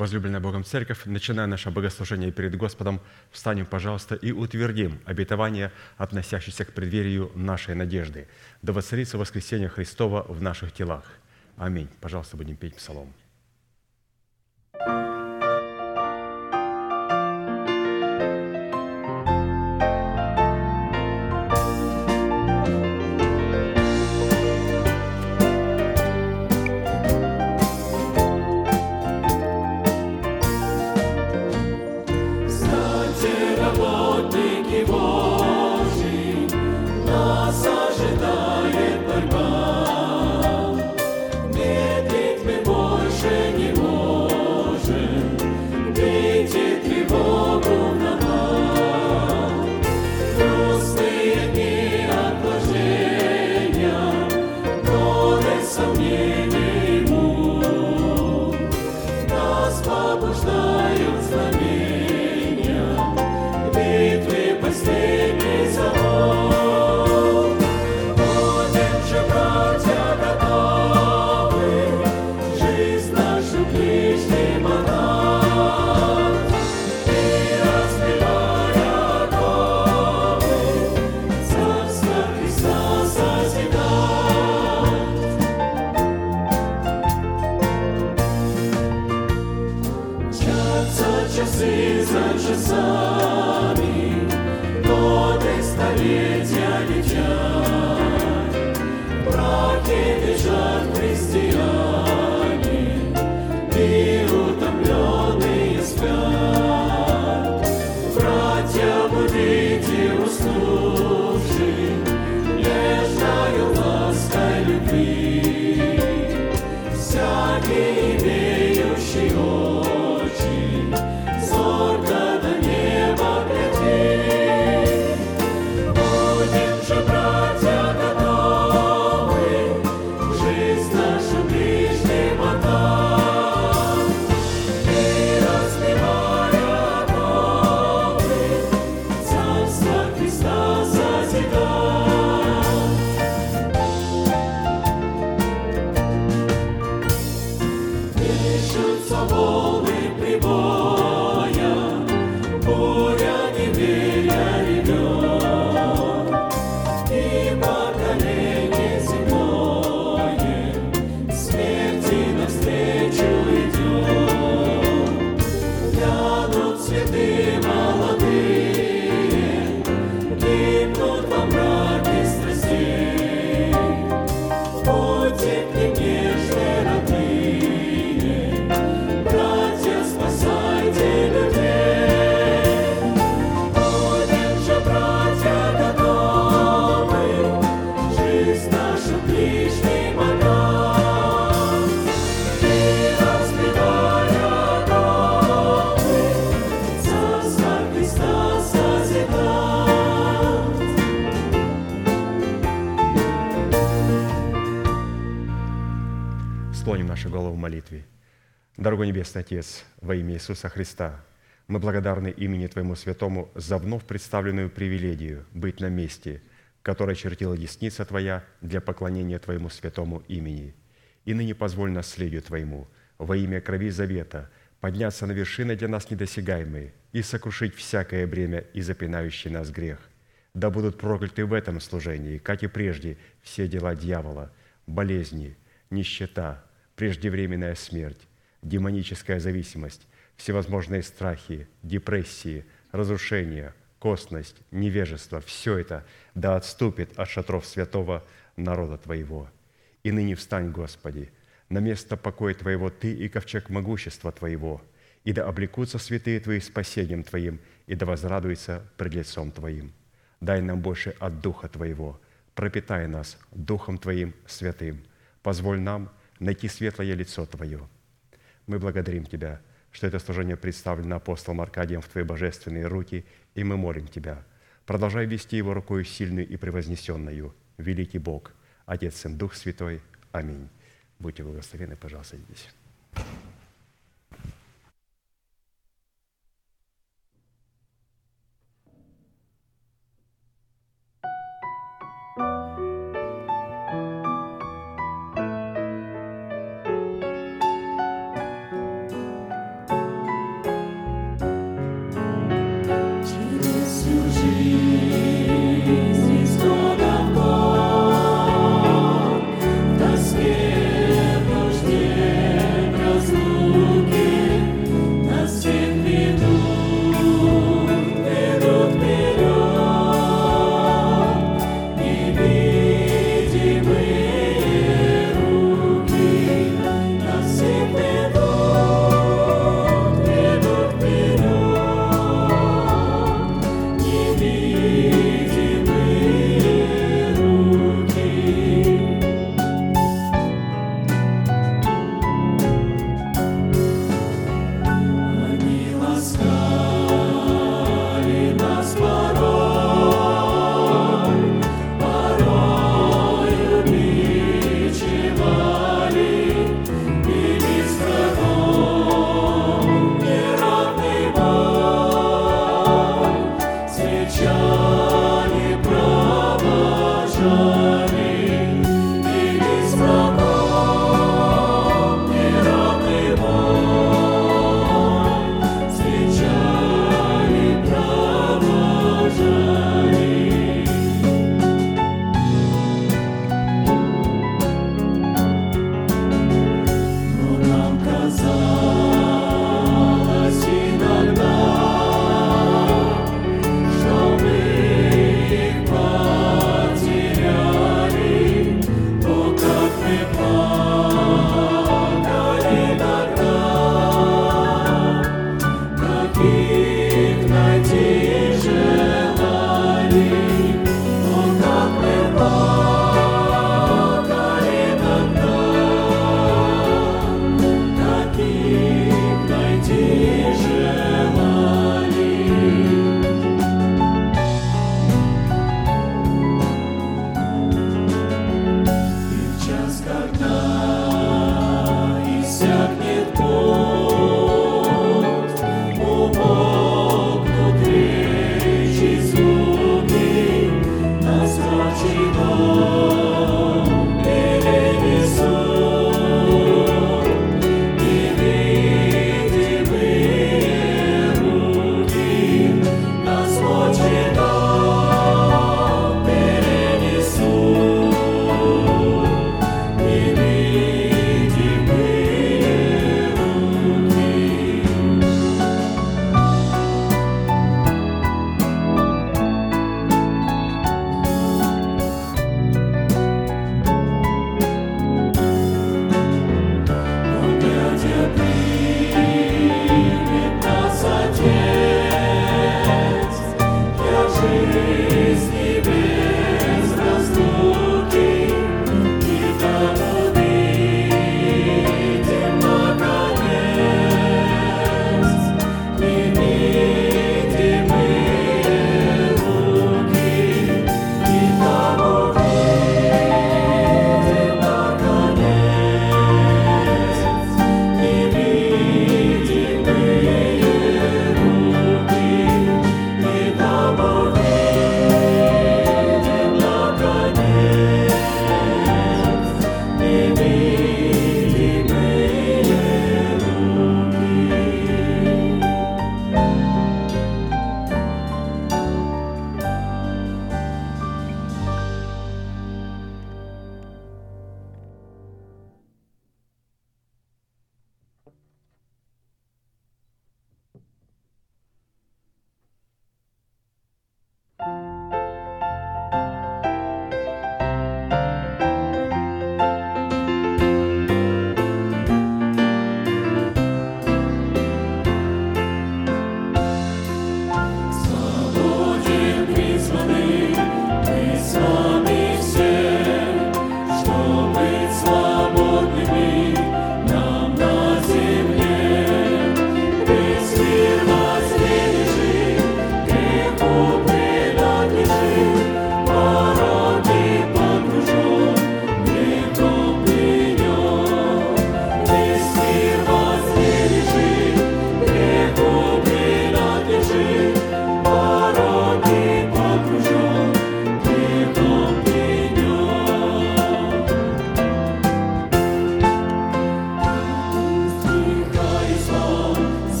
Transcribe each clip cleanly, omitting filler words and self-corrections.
Возлюбленная Богом Церковь, начиная наше богослужение перед Господом, встанем, пожалуйста, и утвердим обетование, относящееся к преддверию нашей надежды. Да воцарится воскресение Христова в наших телах. Аминь. Пожалуйста, будем петь псалом. Дорогой Небесный Отец, во имя Иисуса Христа, мы благодарны имени Твоему Святому за вновь представленную привилегию быть на месте, которое чертила десница Твоя для поклонения Твоему святому имени. И ныне позволь наследию Твоему во имя крови завета подняться на вершины для нас недосягаемые и сокрушить всякое бремя и запинающий нас грех. Да будут прокляты в этом служении, как и прежде, все дела дьявола, болезни, нищета, преждевременная смерть, демоническая зависимость, всевозможные страхи, депрессии, разрушения, косность, невежество – все это да отступит от шатров святого народа Твоего. И ныне встань, Господи, на место покоя Твоего Ты и ковчег могущества Твоего, и да облекутся святые Твои спасением Твоим, и да возрадуются пред лицом Твоим. Дай нам больше от Духа Твоего, пропитай нас Духом Твоим святым, позволь нам найти светлое лицо Твое. Мы благодарим Тебя, что это служение представлено апостолом Аркадием в Твои божественные руки, и мы молим Тебя. Продолжай вести его рукою сильную и превознесенную, великий Бог, Отец, Сын, Дух Святой. Аминь. Будьте благословенны, пожалуйста, садитесь.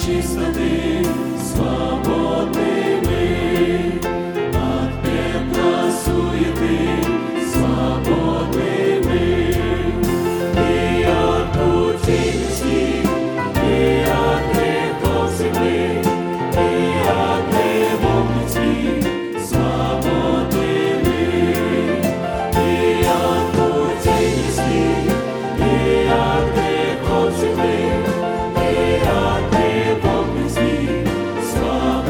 чистоты, свободны мы, от пепла суеты, свободны мы, и от пути людских, и от грехов земли, и от грехов людских, свободны мы, и от пути людских, и от грехов земли, и от грехов людских, свободны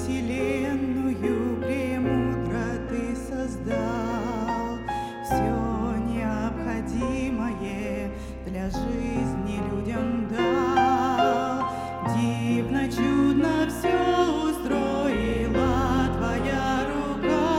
вселенную премудро Ты создал. Все необходимое для жизни людям дал. Дивно, чудно все устроила Твоя рука.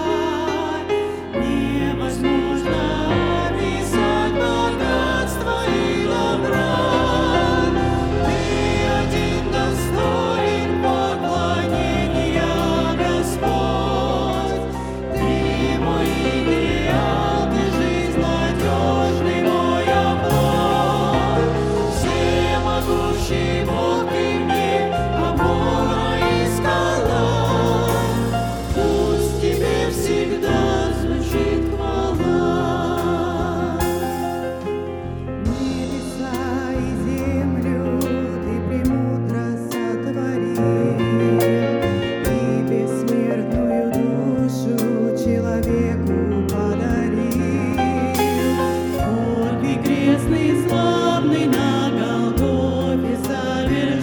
Невозможно описать богатство и добра. Ты один достоин поклонения, Господь. Ты мой идеал, Ты жизнь надежный, мой оплот. Всемогущий Бог, Ты мне опора и скала. Пусть Тебе всегда звучит хвала. Небеса и землю Ты премудро сотворил, и бессмертную душу человеку подарил. Подвиг крестный славный на Голгофе совершил.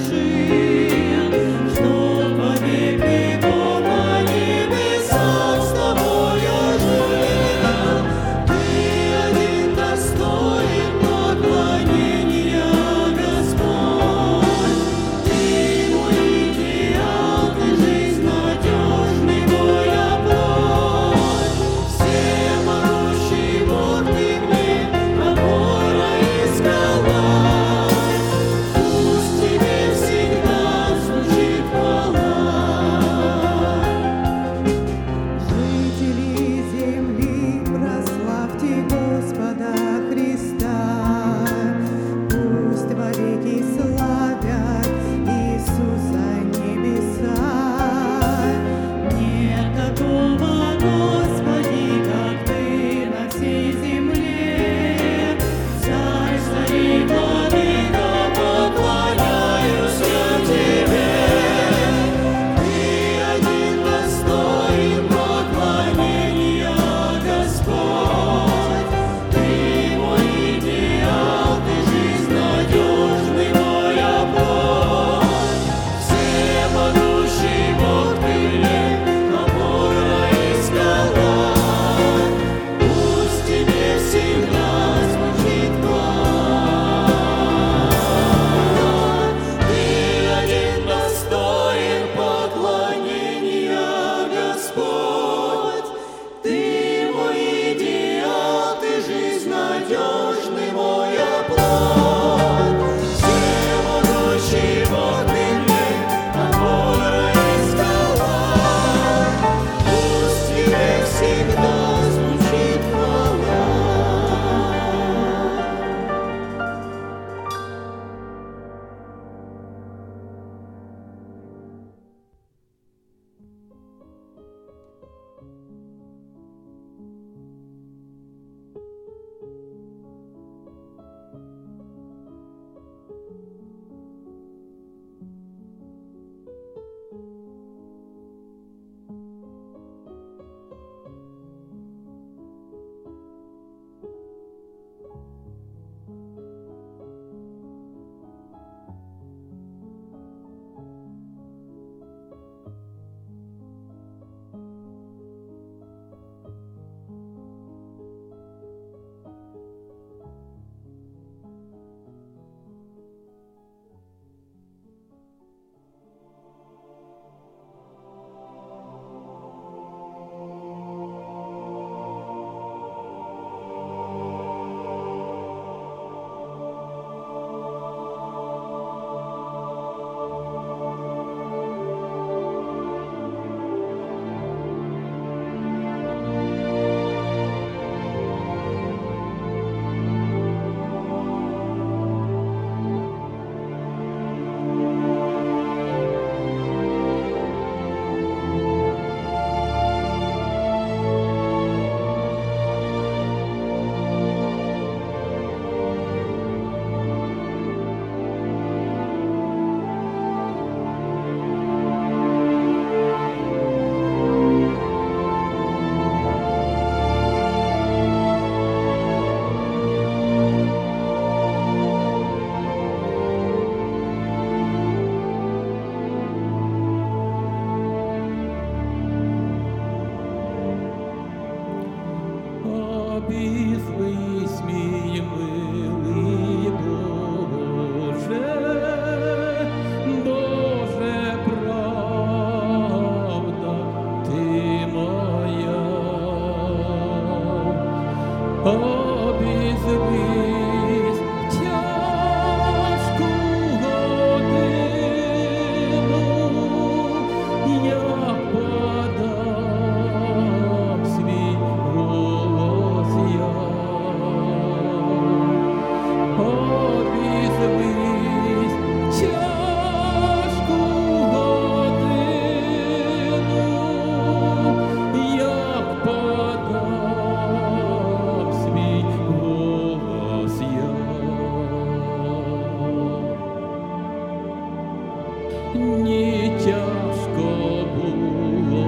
не тяжко було,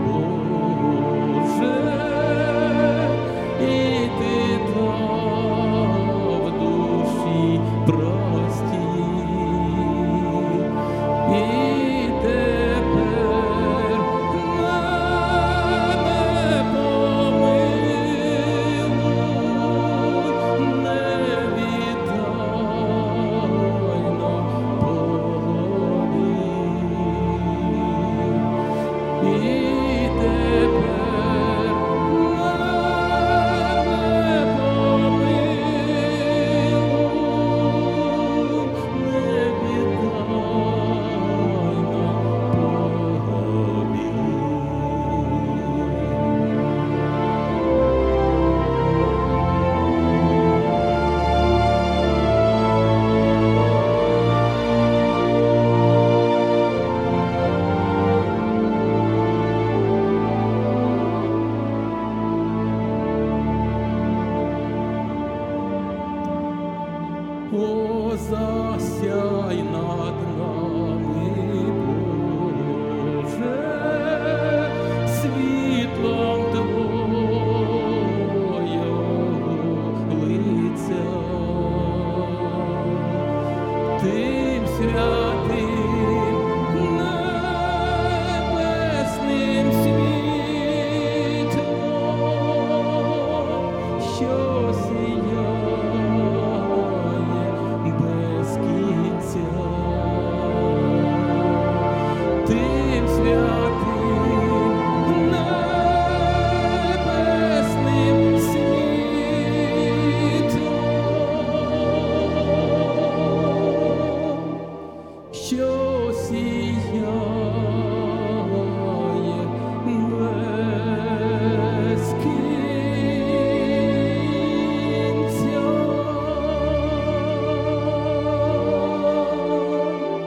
Боже, і Ти дав душі прості. І тепер мене помилуй, не віддай на погибель. І тепер мене помилуй, не віддай на погибель. О, засяй над нами, Боже, світлом Твого лиця, Тим святим небесним світлом, що сіяє без кінця. Тим святим небесним світлом, що сіяє без кінця.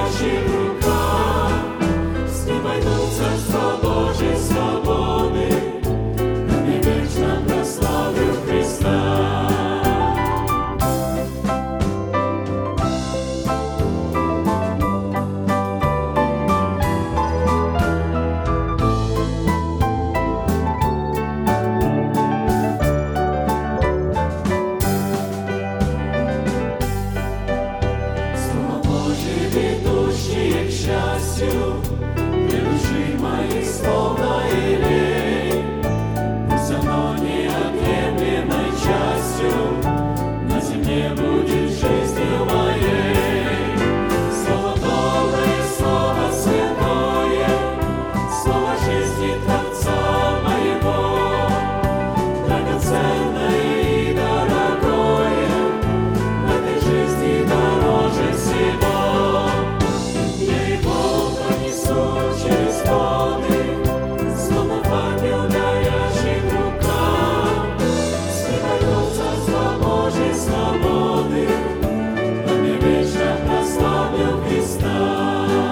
даящих руках, с ним войду в Царство Божьей свободы, нами вечно прославлю Христа. Для души моей словно елей, пусть оно неотъемлемой частью на земле будет жизнью моей. Слово доброе, слово святое, слово жизни Творца моего, драгоценное и дорогое, в этой жизни дороже всего. Через годы, словно факел, горящий в руках, с ним войду в Царство Божьей свободы, нами вечно прославлю Христа.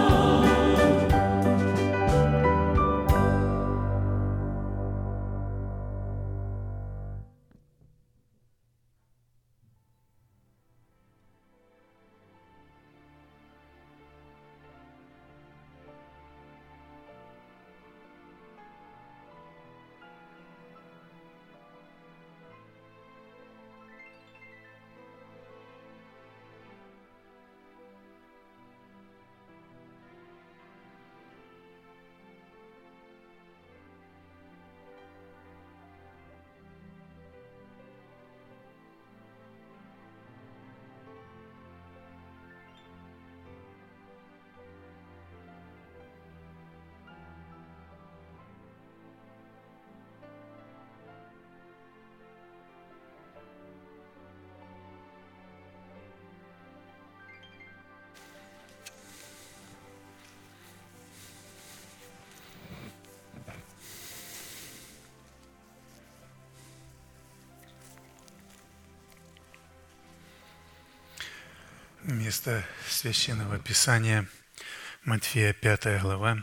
Место Священного Писания, Матфея 5 глава,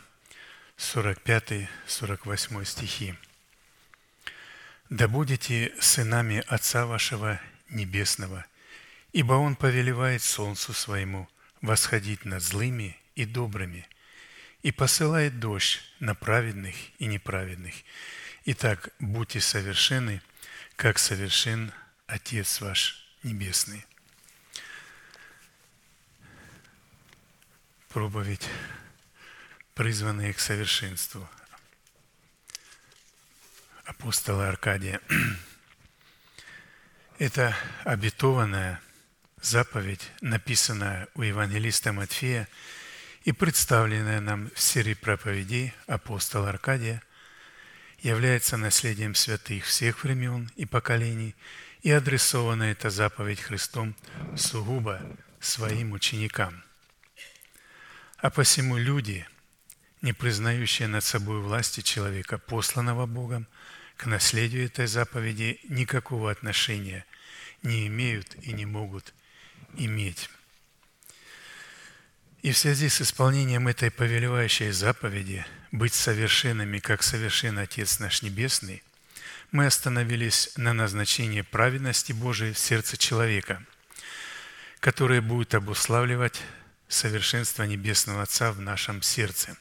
45-48 стихи. «Да будете сынами Отца вашего Небесного, ибо Он повелевает солнцу своему восходить над злыми и добрыми, и посылает дождь на праведных и неправедных. Итак, будьте совершенны, как совершен Отец ваш Небесный». Проповедь, призванная к совершенству, апостола Аркадия. Это обетованная заповедь, написанная у евангелиста Матфея и представленная нам в серии проповедей апостола Аркадия, является наследием святых всех времен и поколений, и адресована эта заповедь Христом сугубо своим ученикам. А посему люди, не признающие над собой власти человека, посланного Богом, к наследию этой заповеди никакого отношения не имеют и не могут иметь. И в связи с исполнением этой повелевающей заповеди «быть совершенными, как совершен Отец наш Небесный», мы остановились на назначении праведности Божией в сердце человека, которое будет обуславливать совершенство Небесного Отца в нашем сердце.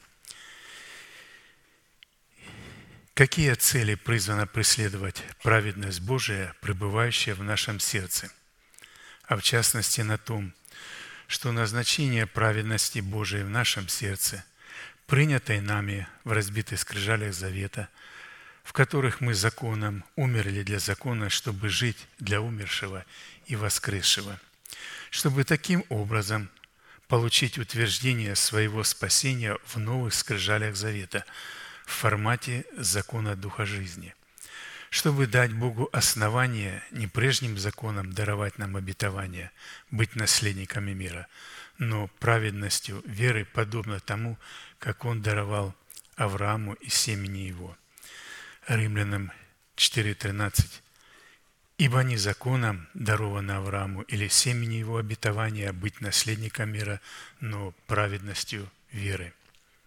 Какие цели призвана преследовать праведность Божия, пребывающая в нашем сердце? А в частности на том, что назначение праведности Божией в нашем сердце, принятой нами в разбитых скрижалях завета, в которых мы законом умерли для закона, чтобы жить для умершего и воскресшего, чтобы таким образом получить утверждение своего спасения в новых скрижалях завета в формате закона Духа жизни, чтобы дать Богу основание не прежним законом даровать нам обетование, быть наследниками мира, но праведностью веры, подобно тому, как Он даровал Аврааму и семени его. Римлянам 4:13 Ибо не законом даровано Аврааму или семени его обетования быть наследником мира, но праведностью веры».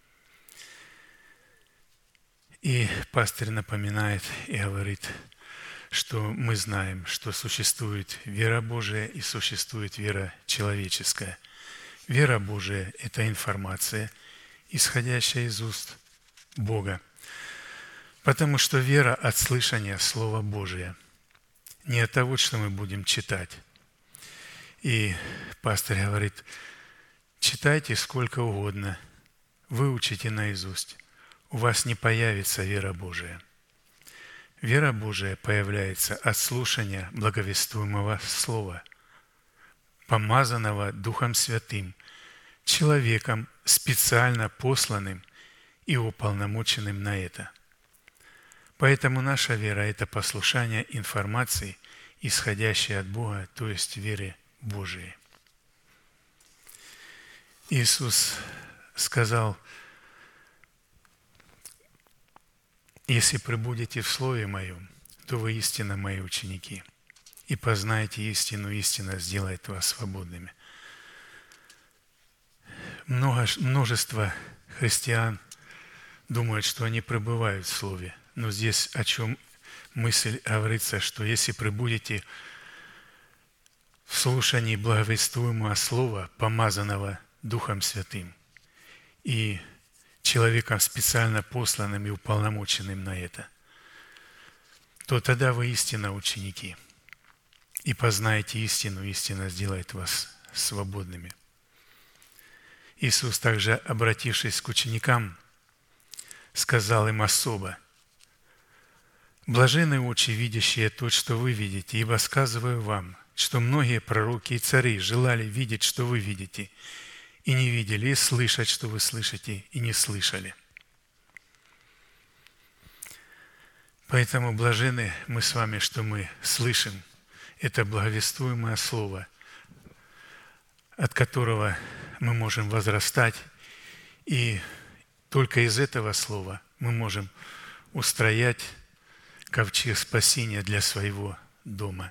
И пастырь напоминает и говорит, что мы знаем, что существует вера Божия и существует вера человеческая. Вера Божия – это информация, исходящая из уст Бога. Потому что вера от слышания Слова Божия, не от того, что мы будем читать. И пастырь говорит, читайте сколько угодно, выучите наизусть, у вас не появится вера Божия. Вера Божия появляется от слушания благовествуемого Слова, помазанного Духом Святым, человеком, специально посланным и уполномоченным на это. Поэтому наша вера – это послушание информации, исходящей от Бога, то есть вере Божией. Иисус сказал, «Если пребудете в Слове Моем, то вы истинно Мои ученики, и познаете истину, истина сделает вас свободными». Множество христиан думают, что они пребывают в Слове, но здесь о чем мысль говорится, что если пребудете в слушании благовествуемого Слова, помазанного Духом Святым, и человеком, специально посланным и уполномоченным на это, то тогда вы истинно ученики, и познаете истину, истина сделает вас свободными. Иисус также, обратившись к ученикам, сказал им особо: «Блаженны очи, видящие то, что вы видите, ибо сказываю вам, что многие пророки и цари желали видеть, что вы видите, и не видели, и слышать, что вы слышите, и не слышали». Поэтому блажены мы с вами, что мы слышим это благовествуемое Слово, от которого мы можем возрастать, и только из этого Слова мы можем устроять ковчег спасения для своего дома.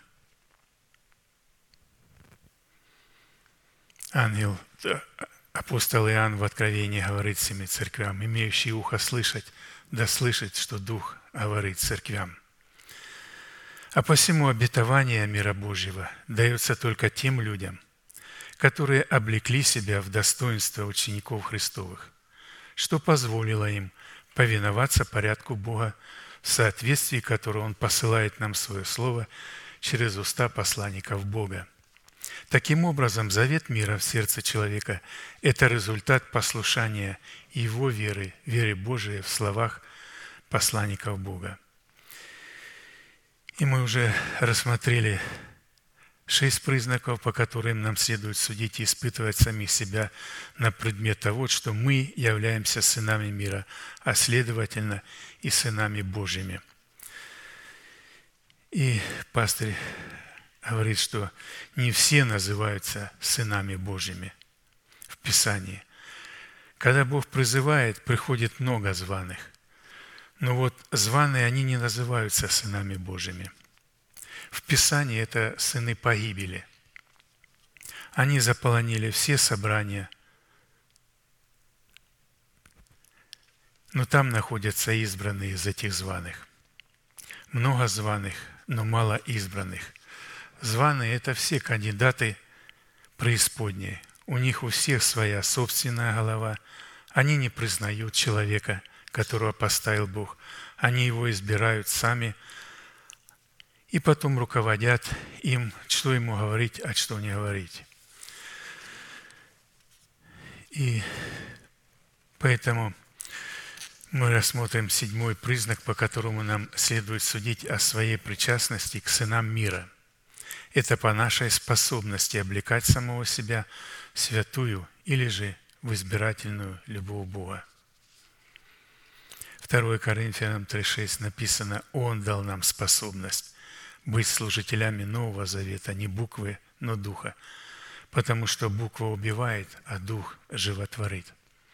Апостол Иоанн в Откровении говорит семи церквям: «Имеющий ухо слышать, да слышит, что Дух говорит церквям». А посему обетование мира Божьего дается только тем людям, которые облекли себя в достоинство учеников Христовых, что позволило им повиноваться порядку Бога, в соответствии которого Он посылает нам Свое Слово через уста посланников Бога. Таким образом, завет мира в сердце человека – это результат послушания его веры, веры Божией в словах посланников Бога. И мы уже рассмотрели 6 признаков, по которым нам следует судить и испытывать самих себя на предмет того, что мы являемся сынами мира, а следовательно и сынами Божьими. И пастырь говорит, что не все называются сынами Божьими в Писании. Когда Бог призывает, приходит много званых. Но вот званые, они не называются сынами Божьими. В Писании это сыны погибели. Они заполонили все собрания, но там находятся избранные из этих званых. Много званых, но мало избранных. Званые – это все кандидаты преисподней. У них у всех своя собственная голова. Они не признают человека, которого поставил Бог. Они его избирают сами и потом руководят им, что ему говорить, а что не говорить. И поэтому мы рассмотрим 7-й признак, по которому нам следует судить о своей причастности к сынам мира. Это по нашей способности облекать самого себя в святую или же в избирательную любовь Бога. 2 Коринфянам 3,6 написано: «Он дал нам способность быть служителями Нового Завета, не буквы, но Духа, потому что буква убивает, а Дух животворит».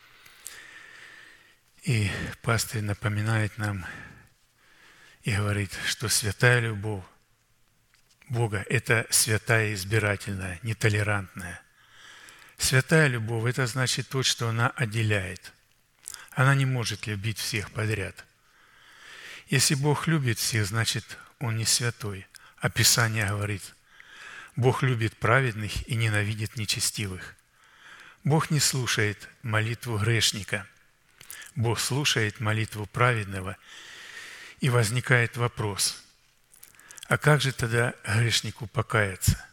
И пастырь напоминает нам и говорит, что святая любовь Бога – это святая избирательная, нетолерантная. Святая любовь – это значит то, что она отделяет. Она не может любить всех подряд. Если Бог любит всех, значит, Он не святой. А Писание говорит, Бог любит праведных и ненавидит нечестивых. Бог не слушает молитву грешника. Бог слушает молитву праведного. И возникает вопрос, а как же тогда грешнику покаяться?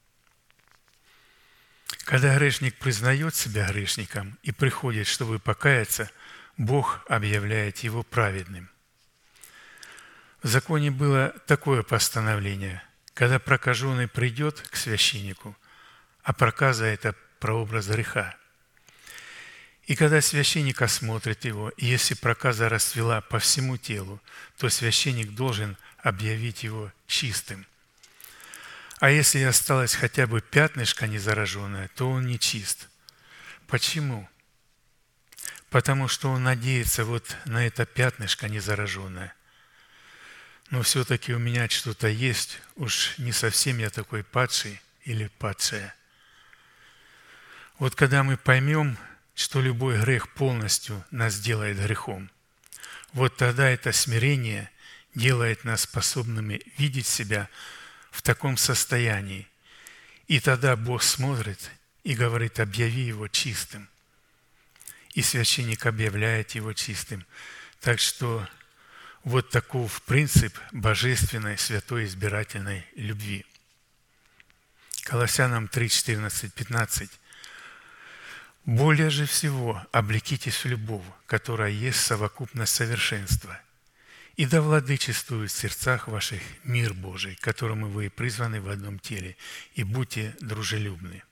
Когда грешник признает себя грешником и приходит, чтобы покаяться, Бог объявляет его праведным. В законе было такое постановление, когда прокаженный придет к священнику, а проказа – это прообраз греха. И когда священник осмотрит его, и если проказа расцвела по всему телу, то священник должен объявить его чистым. А если осталось хотя бы пятнышко незараженное, то он не чист. Почему? Потому что он надеется вот на это пятнышко незараженное. Но все-таки у меня что-то есть, уж не совсем я такой падший или падшая. Вот когда мы поймем, что любой грех полностью нас делает грехом, вот тогда это смирение делает нас способными видеть себя в таком состоянии. И тогда Бог смотрит и говорит, объяви его чистым. И священник объявляет его чистым. Так что вот таков принцип божественной, святой, избирательной любви. Колоссянам 3, 14, 15. «Более же всего облекитесь в любовь, которая есть совокупность совершенства, и да владычествует в сердцах ваших мир Божий, к которому вы призваны в одном теле, и будьте дружелюбны».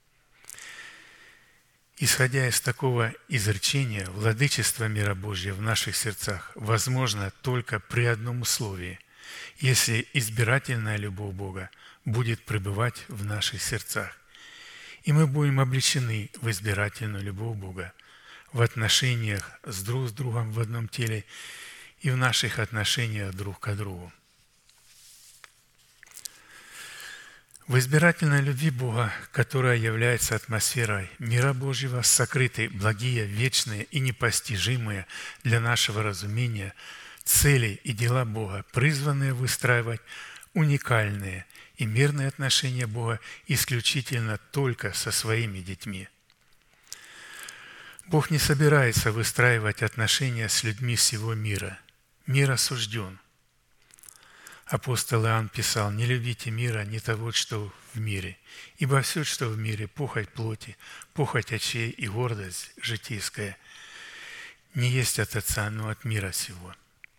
Исходя из такого изречения, владычество мира Божьего в наших сердцах возможно только при одном условии, если избирательная любовь Бога будет пребывать в наших сердцах. И мы будем облечены в избирательную любовь Бога в отношениях с другом в одном теле и в наших отношениях друг к другу. В избирательной любви Бога, которая является атмосферой мира Божьего, сокрыты благие, вечные и непостижимые для нашего разумения цели и дела Бога, призванные выстраивать уникальные и мирные отношения Бога исключительно только со своими детьми. Бог не собирается выстраивать отношения с людьми всего мира. Мир осужден. Апостол Иоанн писал, «Не любите мира, не того, что в мире, ибо все, что в мире, похоть плоти, похоть очей и гордость житейская, не есть от Отца, но от мира сего».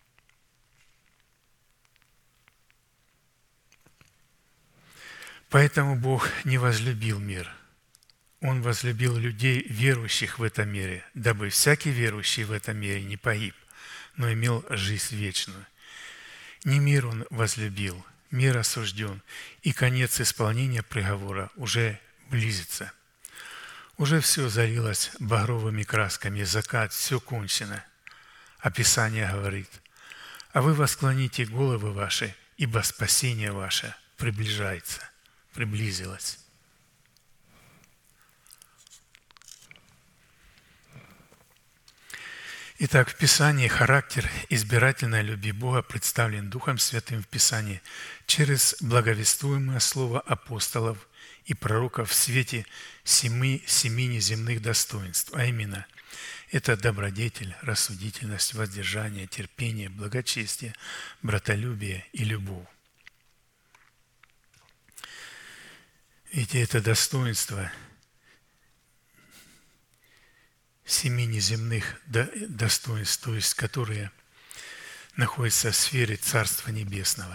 Поэтому Бог не возлюбил мир. Он возлюбил людей, верующих в этом мире, дабы всякий верующий в этом мире не погиб, но имел жизнь вечную. Не мир Он возлюбил, мир осужден, и конец исполнения приговора уже близится. Уже все залилось багровыми красками, закат, все кончено. А Писание говорит, «А вы восклоните головы ваши, ибо спасение ваше приближается, приблизилось». Итак, в Писании характер избирательной любви Бога представлен Духом Святым в Писании через благовествуемое слово апостолов и пророков в свете семи неземных достоинств, а именно это добродетель, рассудительность, воздержание, терпение, благочестие, братолюбие и любовь. Ведь это достоинство семи неземных достоинств, то есть которые находятся в сфере Царства Небесного.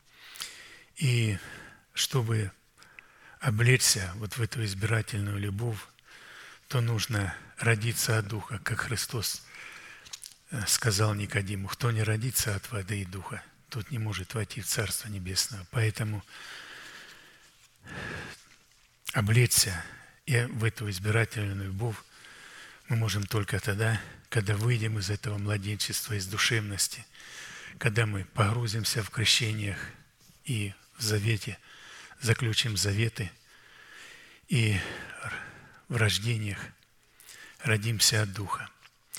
И чтобы облечься вот в эту избирательную любовь, то нужно родиться от Духа, как Христос сказал Никодиму, кто не родится от воды и Духа, тот не может войти в Царство Небесное. Поэтому облечься и в эту избирательную любовь мы можем только тогда, когда выйдем из этого младенчества, из душевности, когда мы погрузимся в крещениях и в завете, заключим заветы и в рождениях родимся от Духа.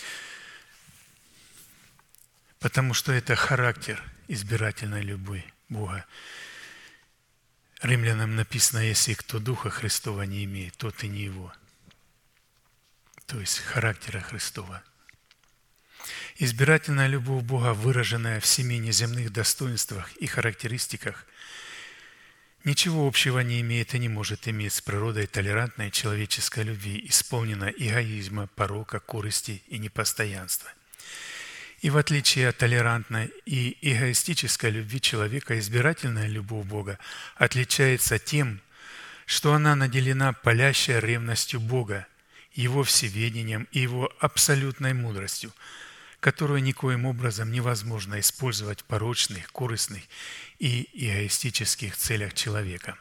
Потому что это характер избирательной любви Бога. Римлянам написано, если кто Духа Христова не имеет, тот и не его. То есть характера Христова. Избирательная любовь Бога, выраженная в 7 неземных достоинствах и характеристиках, ничего общего не имеет и не может иметь с природой толерантной человеческой любви, исполненной эгоизма, порока, корысти и непостоянства. И в отличие от толерантной и эгоистической любви человека, избирательная любовь Бога отличается тем, что она наделена палящей ревностью Бога, Его всеведением и Его абсолютной мудростью, которую никоим образом невозможно использовать в порочных, корыстных и эгоистических целях человека.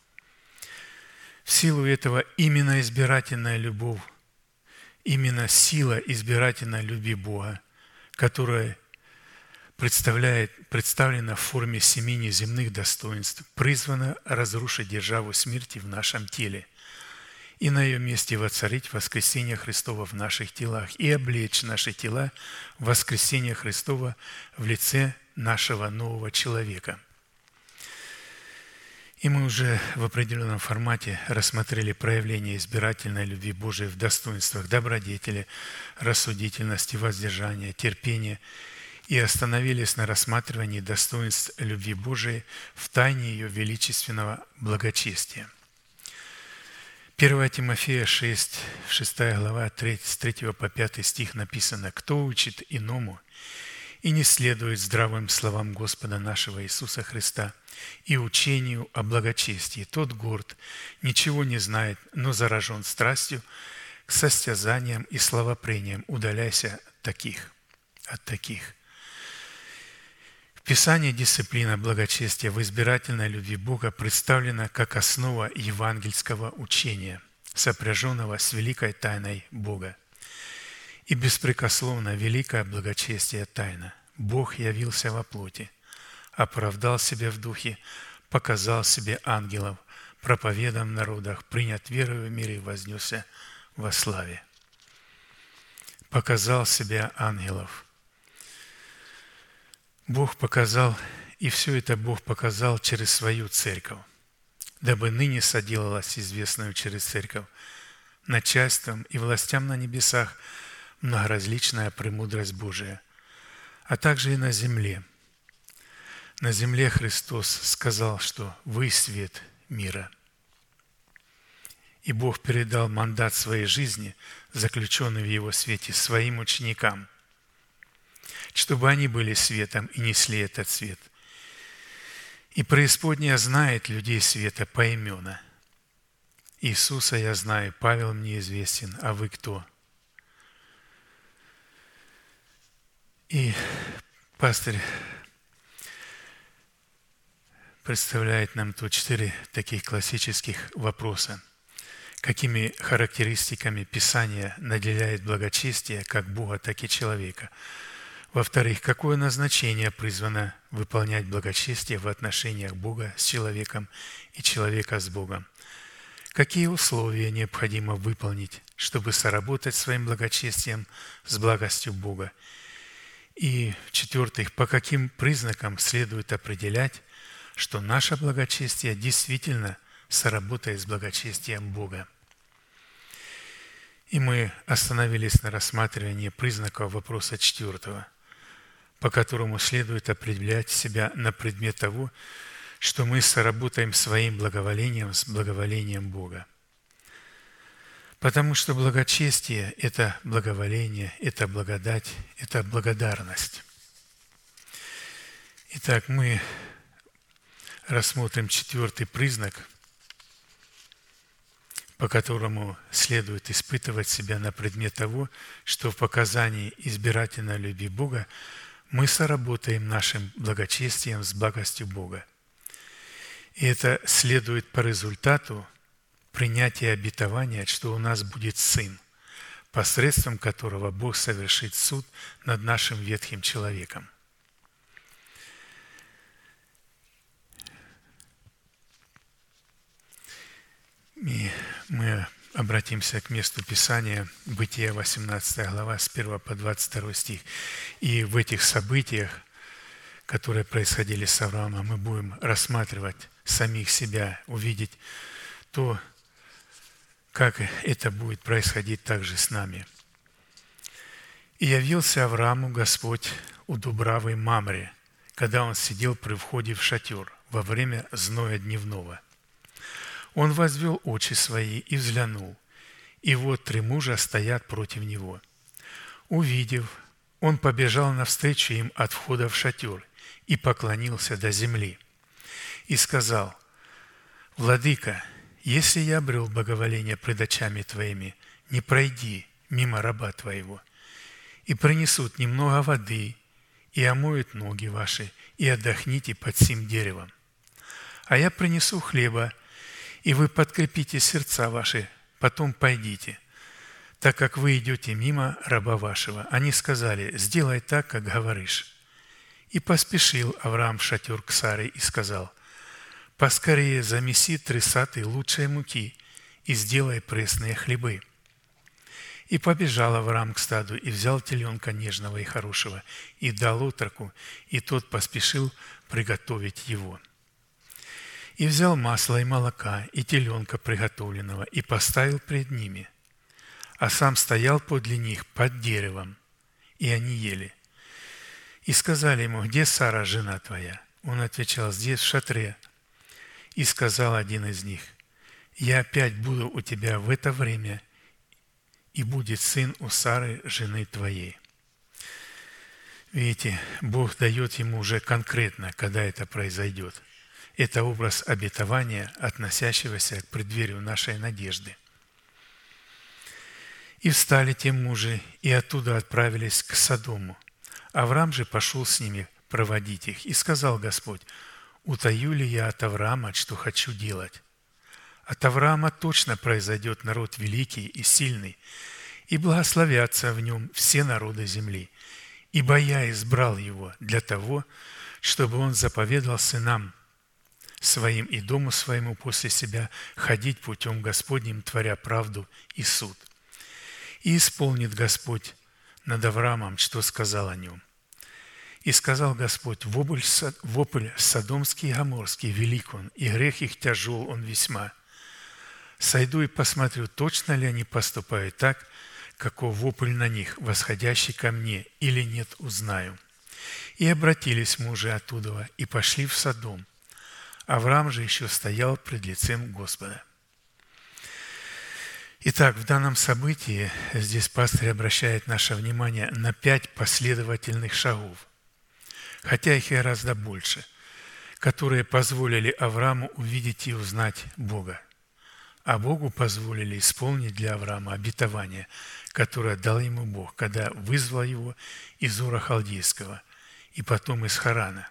В силу этого именно избирательная любовь, именно сила избирательной любви Бога, которая представлена в форме 7 неземных достоинств, призвана разрушить державу смерти в нашем теле и на ее месте воцарить воскресение Христова в наших телах и облечь наши тела в воскресение Христова в лице нашего нового человека. И мы уже в определенном формате рассмотрели проявление избирательной любви Божией в достоинствах добродетели, рассудительности, воздержания, терпения и остановились на рассматривании достоинств любви Божией в тайне ее величественного благочестия. 1 Тимофея 6 глава, с 3 по 5 стих написано: «Кто учит иному и не следует здравым словам Господа нашего Иисуса Христа и учению о благочестии, тот горд, ничего не знает, но заражен страстью к состязаниям и словопрениям. Удаляйся от таких». В Писании дисциплина благочестия в избирательной любви Бога представлена как основа евангельского учения, сопряженного с великой тайной Бога. И беспрекословно великое благочестие тайна. Бог явился во плоти, оправдал себя в духе, показал себе ангелов, проповедал в народах, принят верою в мире и вознесся во славе. Показал себя ангелов. Бог показал, и все это Бог показал через свою церковь, дабы ныне соделалось известную через церковь начальством и властям на небесах многоразличная премудрость Божия, а также и на земле. На земле Христос сказал, что «Вы свет мира». И Бог передал мандат своей жизни, заключенный в Его свете, своим ученикам, чтобы они были светом и несли этот свет. И преисподняя знает людей света поименно. Иисуса я знаю, Павел мне известен, а вы кто? И пастырь представляет нам тут 4 таких классических вопроса. Какими характеристиками Писание наделяет благочестие как Бога, так и человека? Во-вторых, какое назначение призвано выполнять благочестие в отношениях Бога с человеком и человека с Богом? Какие условия необходимо выполнить, чтобы соработать своим благочестием с благостью Бога? И в-четвертых, по каким признакам следует определять, что наше благочестие действительно соработает с благочестием Бога? И мы остановились на рассматривании признаков вопроса 4, по которому следует определять себя на предмет того, что мы соработаем своим благоволением с благоволением Бога. Потому что благочестие – это благоволение, это благодать, это благодарность. Итак, мы рассмотрим 4 признак, по которому следует испытывать себя на предмет того, что в показании избирательной любви Бога мы соработаем нашим благочестием с благостью Бога. И это следует по результату принятия обетования, что у нас будет Сын, посредством которого Бог совершит суд над нашим ветхим человеком. И мы обратимся к месту Писания, Бытие, 18 глава, с 1 по 22 стих. И в этих событиях, которые происходили с Авраамом, мы будем рассматривать самих себя, увидеть то, как это будет происходить также с нами. «И явился Аврааму Господь у Дубравы Мамре, когда он сидел при входе в шатер во время зноя дневного. Он возвел очи свои и взглянул, и вот 3 мужа стоят против него. Увидев, он побежал навстречу им от входа в шатер и поклонился до земли. И сказал: «Владыка, если я обрел благоволение пред очами Твоими, не пройди мимо раба Твоего, и принесут немного воды, и омоют ноги ваши, и отдохните под сим деревом. А я принесу хлеба, и вы подкрепите сердца ваши, потом пойдите, так как вы идете мимо раба вашего». Они сказали: «Сделай так, как говоришь». И поспешил Авраам в шатер к Саре и сказал: «Поскорее замеси 3 саты лучшей муки и сделай пресные хлебы». И побежал Авраам к стаду, и взял теленка нежного и хорошего, и дал отроку, и тот поспешил приготовить его. И взял масло и молока, и теленка приготовленного, и поставил пред ними, а сам стоял подле них под деревом, и они ели. И сказали ему: «Где Сара, жена твоя?» Он отвечал: «Здесь, в шатре». И сказал один из них: «Я опять буду у тебя в это время, и будет сын у Сары, жены твоей». Видите, Бог дает ему уже конкретно, когда это произойдет. Это образ обетования, относящегося к преддверию нашей надежды. «И встали те мужи, и оттуда отправились к Содому. Авраам же пошел с ними проводить их. И сказал Господь: утаю ли я от Авраама, что хочу делать? От Авраама точно произойдет народ великий и сильный, и благословятся в нем все народы земли. Ибо я избрал его для того, чтобы он заповедал сынам своим и дому своему после себя ходить путем Господним, творя правду и суд. И исполнит Господь над Авраамом, что сказал о нем. И сказал Господь: вопль содомский и гоморский велик он, и грех их тяжел он весьма. Сойду и посмотрю, точно ли они поступают так, каков вопль на них, восходящий ко мне, или нет, узнаю». И обратились мужи оттуда, и пошли в Содом. Авраам же еще стоял пред лицем Господа. Итак, в данном событии здесь пастырь обращает наше внимание на 5 последовательных шагов, хотя их и гораздо больше, которые позволили Аврааму увидеть и узнать Бога. А Богу позволили исполнить для Авраама обетование, которое дал ему Бог, когда вызвал его из Ура Халдейского и потом из Харана.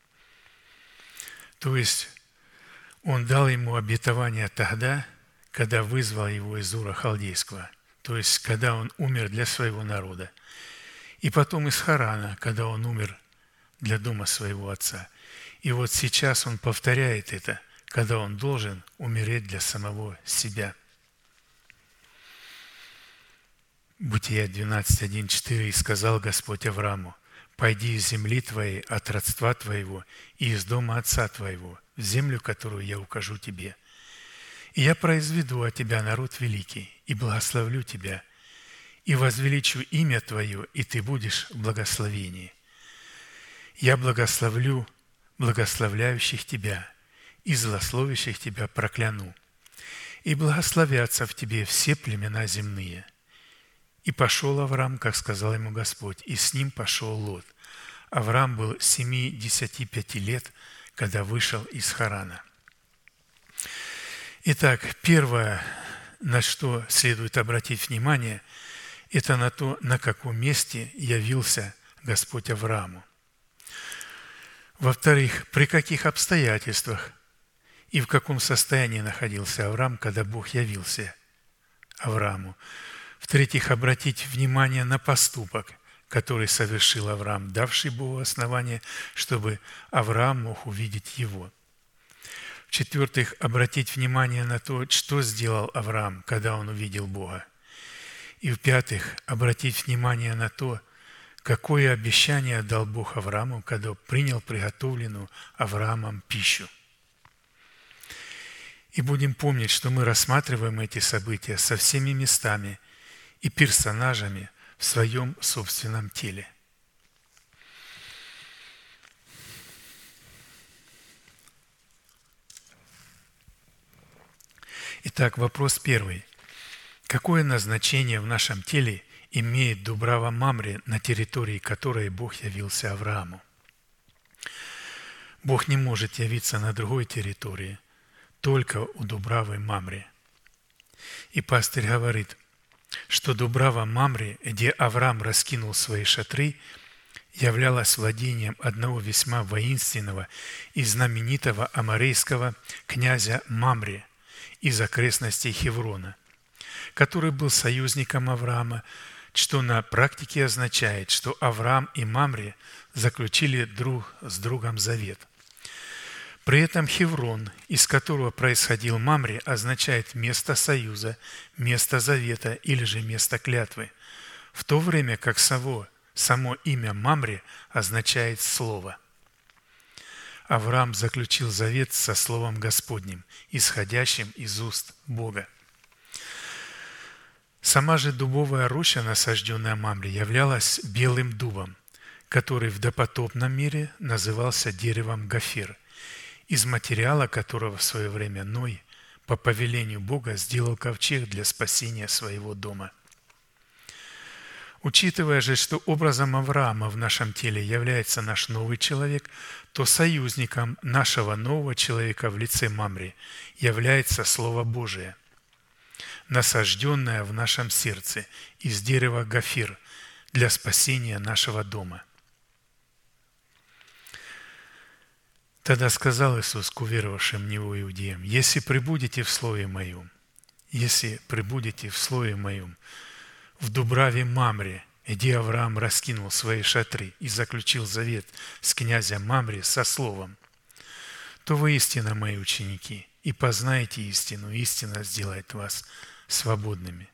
То есть Он дал ему обетование тогда, когда вызвал его из Ура Халдейского, то есть когда он умер для своего народа, и потом из Харана, когда он умер для дома своего отца. И вот сейчас он повторяет это, когда он должен умереть для самого себя. Бытие 12:1-4. «И сказал Господь Аврааму: пойди из земли твоей, от родства твоего и из дома отца твоего, в землю, которую я укажу тебе. И я произведу от тебя народ великий, и благословлю тебя, и возвеличу имя твое, и ты будешь в благословении. Я благословлю благословляющих тебя, и злословящих тебя прокляну. И благословятся в тебе все племена земные». И пошел Авраам, как сказал ему Господь, и с ним пошел Лот. Авраам был 75 лет, когда вышел из Харана. Итак, первое, на что следует обратить внимание, это на то, на каком месте явился Господь Аврааму. Во-вторых, при каких обстоятельствах и в каком состоянии находился Авраам, когда Бог явился Аврааму. В-третьих, обратить внимание на поступок, который совершил Авраам, давший Богу основание, чтобы Авраам мог увидеть его. В-четвертых, обратить внимание на то, что сделал Авраам, когда он увидел Бога. И в-пятых, обратить внимание на то, какое обещание дал Бог Аврааму, когда принял приготовленную Авраамом пищу. И будем помнить, что мы рассматриваем эти события со всеми местами и персонажами в своем собственном теле. Итак, вопрос первый. Какое назначение в нашем теле имеет Дубрава Мамре, на территории которой Бог явился Аврааму? Бог не может явиться на другой территории, только у Дубравы Мамре. И пастырь говорит, что Дубрава Мамре, где Авраам раскинул свои шатры, являлась владением одного весьма воинственного и знаменитого аморейского князя Мамре из окрестностей Хеврона, который был союзником Авраама, что на практике означает, что Авраам и Мамре заключили друг с другом завет. При этом Хеврон, из которого происходил Мамре, означает место союза, место завета или же место клятвы, в то время как само имя Мамре означает слово. Авраам заключил завет со Словом Господним, исходящим из уст Бога. Сама же дубовая роща, насажденная Мамре, являлась белым дубом, который в допотопном мире назывался деревом Гофер, из материала которого в свое время Ной по повелению Бога сделал ковчег для спасения своего дома. Учитывая же, что образом Авраама в нашем теле является наш новый человек, то союзником нашего нового человека в лице Мамре является Слово Божие, насажденное в нашем сердце из дерева Гофер для спасения нашего дома. Тогда сказал Иисус к уверовавшим в Него иудеям: «Если пребудете в Слове Моем, в Дубраве Мамре, где Авраам раскинул свои шатры и заключил завет с князем Мамре со словом, то вы истинно мои ученики, и познаете истину, истина сделает вас свободными».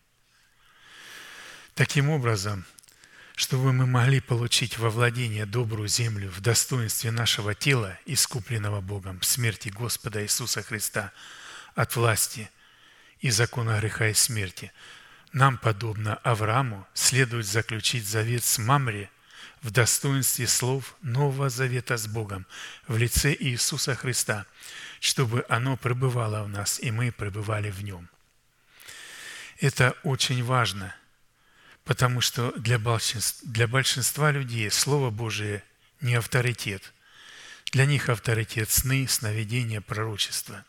Таким образом, чтобы мы могли получить во владение добрую землю в достоинстве нашего тела, искупленного Богом в смерти Господа Иисуса Христа от власти и закона греха и смерти, нам, подобно Аврааму, следует заключить завет с Мамре в достоинстве слов Нового Завета с Богом в лице Иисуса Христа, чтобы оно пребывало в нас, и мы пребывали в нем. Это очень важно, потому что для большинства людей Слово Божие не авторитет. Для них авторитет сны, сновидения, пророчества.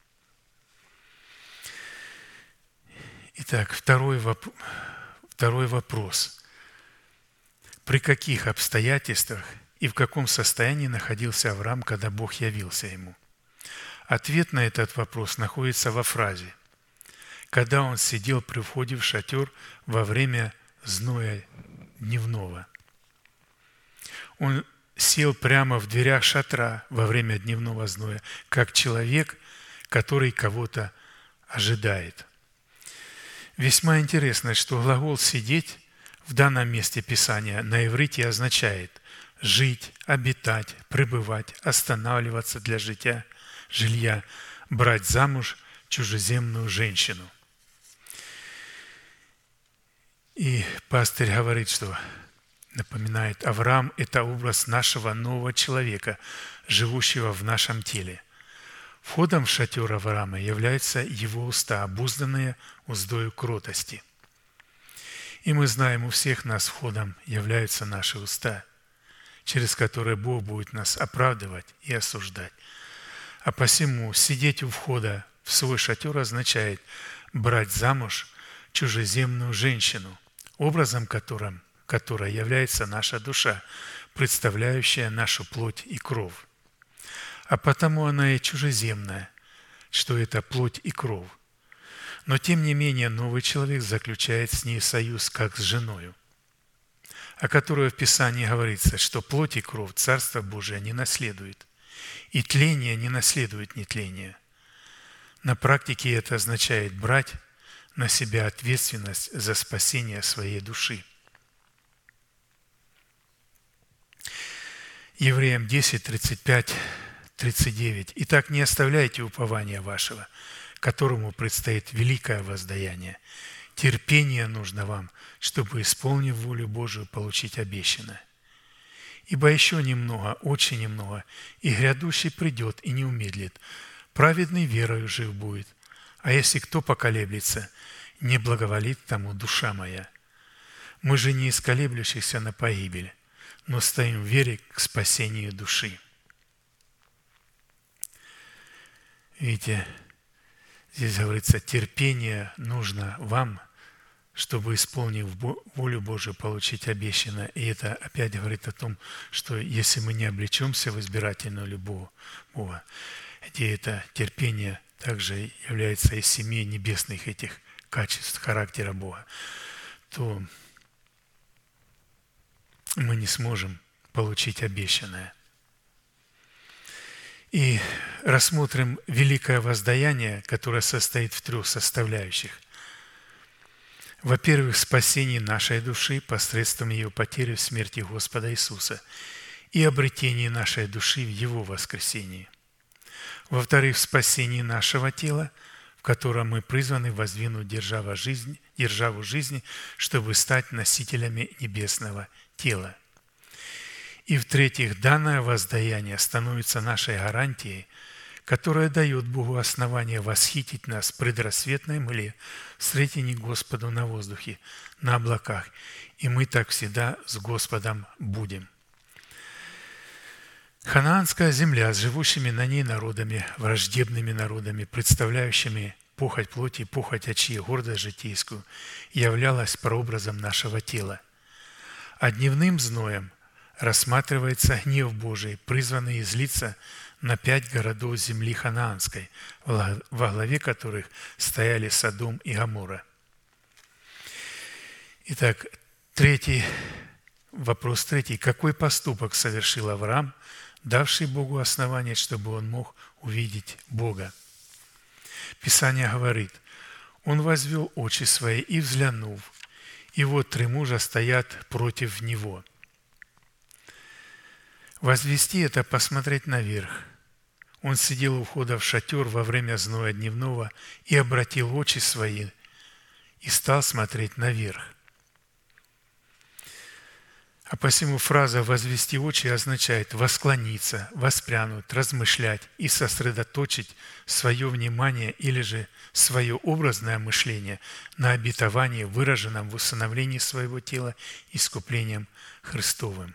Итак, второй вопрос. При каких обстоятельствах и в каком состоянии находился Авраам, когда Бог явился ему? Ответ на этот вопрос находится во фразе: когда он сидел при входе в шатер во время зноя дневного. Он сел прямо в дверях шатра во время дневного зноя, как человек, который кого-то ожидает. Весьма интересно, что глагол «сидеть» в данном месте Писания на иврите означает жить, обитать, пребывать, останавливаться для жилья, брать замуж чужеземную женщину. И пастырь говорит, что напоминает, Авраам – это образ нашего нового человека, живущего в нашем теле. Входом в шатер Авраама являются его уста, обузданные уздою кротости. И мы знаем, у всех нас входом являются наши уста, через которые Бог будет нас оправдывать и осуждать. А посему сидеть у входа в свой шатер означает брать замуж чужеземную женщину, образом которой является наша душа, представляющая нашу плоть и кровь. А потому она и чужеземная, что это плоть и кровь. Но тем не менее новый человек заключает с ней союз, как с женою, о которой в Писании говорится, что плоть и кровь Царство Божие не наследует, и тление не наследует нетление. На практике это означает брать на себя ответственность за спасение своей души. Евреям 10, 35, 39. «Итак, не оставляйте упования вашего, которому предстоит великое воздаяние. Терпение нужно вам, чтобы, исполнив волю Божию, получить обещанное. Ибо еще немного, очень немного, и грядущий придет и не умедлит. Праведный верою жив будет. А если кто поколеблется, не благоволит тому душа моя. Мы же не из колеблющихся на погибель, но стоим в вере к спасению души». Видите, здесь говорится, терпение нужно вам, чтобы, исполнив волю Божию, получить обещанное. И это опять говорит о том, что если мы не облечемся в избирательную любовь Бога, где это терпение также является из семи небесных этих качеств характера Бога, то мы не сможем получить обещанное. И рассмотрим великое воздаяние, которое состоит в трех составляющих. Во-первых, спасение нашей души посредством ее потери в смерти Господа Иисуса и обретение нашей души в Его воскресении. Во-вторых, спасение нашего тела, в котором мы призваны воздвинуть державу жизни, чтобы стать носителями небесного тела. И в-третьих, данное воздаяние становится нашей гарантией, которая дает Богу основание восхитить нас в предрассветной мгле, встретить Господу на воздухе, на облаках, и мы так всегда с Господом будем. Ханаанская земля с живущими на ней народами, враждебными народами, представляющими похоть плоти, похоть очей, гордость житейскую, являлась прообразом нашего тела. А дневным зноем рассматривается гнев Божий, призванный излиться на 5 городов земли ханаанской, во главе которых стояли Содом и Гоморра. Итак, вопрос третий. Какой поступок совершил Авраам, давший Богу основание, чтобы он мог увидеть Бога? Писание говорит: «Он возвел очи свои и взглянув, и вот 3 мужа стоят против него». Возвести – это посмотреть наверх. Он сидел у входа в шатер во время зноя дневного и обратил очи свои и стал смотреть наверх. А посему фраза «возвести очи» означает восклониться, воспрянуть, размышлять и сосредоточить свое внимание или же свое образное мышление на обетовании, выраженном в усыновлении своего тела искуплением Христовым.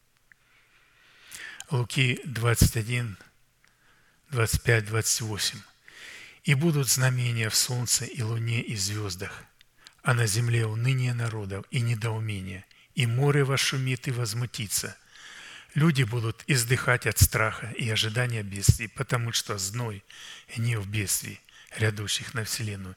Луки 21, 25, 28. «И будут знамения в солнце и луне и звездах, а на земле уныние народов и недоумение, и море вошумит и возмутится. Люди будут издыхать от страха и ожидания бедствий, потому что зной, гнев бедствий, грядущих на вселенную.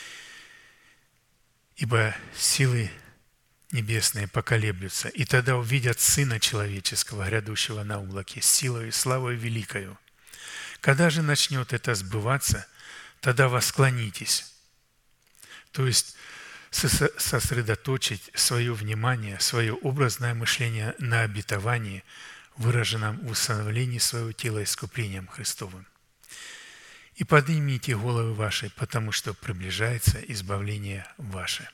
Ибо силы небесные поколеблются, и тогда увидят Сына Человеческого, грядущего на облаке, с силой и славой великою. Когда же начнет это сбываться, тогда восклонитесь». То есть сосредоточить свое внимание, свое образное мышление на обетовании, выраженном в усыновлении своего тела искуплением Христовым. «И поднимите головы ваши, потому что приближается избавление ваше».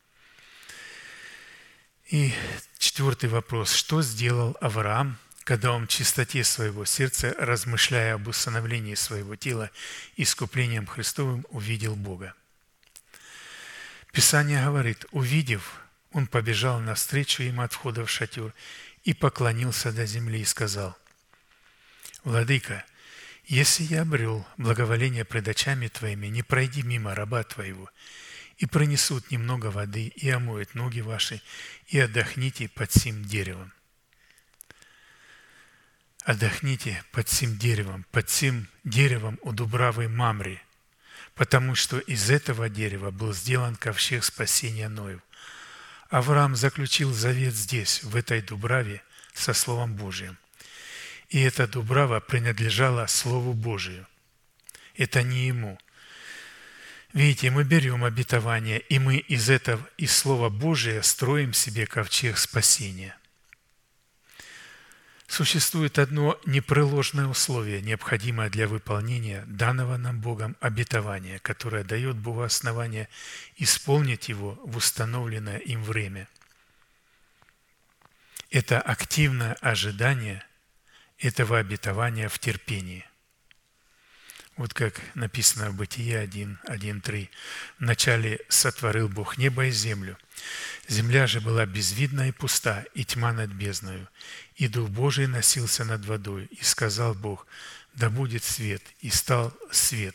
И 4 вопрос. Что сделал Авраам, когда он в чистоте своего сердца, размышляя об усыновлении своего тела искуплением Христовым, увидел Бога? Писание говорит: увидев, он побежал навстречу им от входа в шатер и поклонился до земли и сказал: «Владыка, если я обрел благоволение пред очами Твоими, не пройди мимо раба Твоего, и принесут немного воды, и омоют ноги ваши, и отдохните под сим деревом». Отдохните под сим деревом у дубравы Мамри, потому что из этого дерева был сделан ковчег спасения Ноев. Авраам заключил завет здесь, в этой дубраве, со Словом Божьим. И эта дубрава принадлежала Слову Божию. Это не ему. Видите, мы берем обетование, и мы из Слова Божия строим себе ковчег спасения. Существует одно непреложное условие, необходимое для выполнения данного нам Богом обетования, которое дает Богу основание исполнить его в установленное им время. Это активное ожидание этого обетования в терпении. Вот как написано в Бытие 1:1-3. «Вначале сотворил Бог небо и землю. Земля же была безвидна и пуста, и тьма над бездною. И Дух Божий носился над водой. И сказал Бог: да будет свет. И стал свет».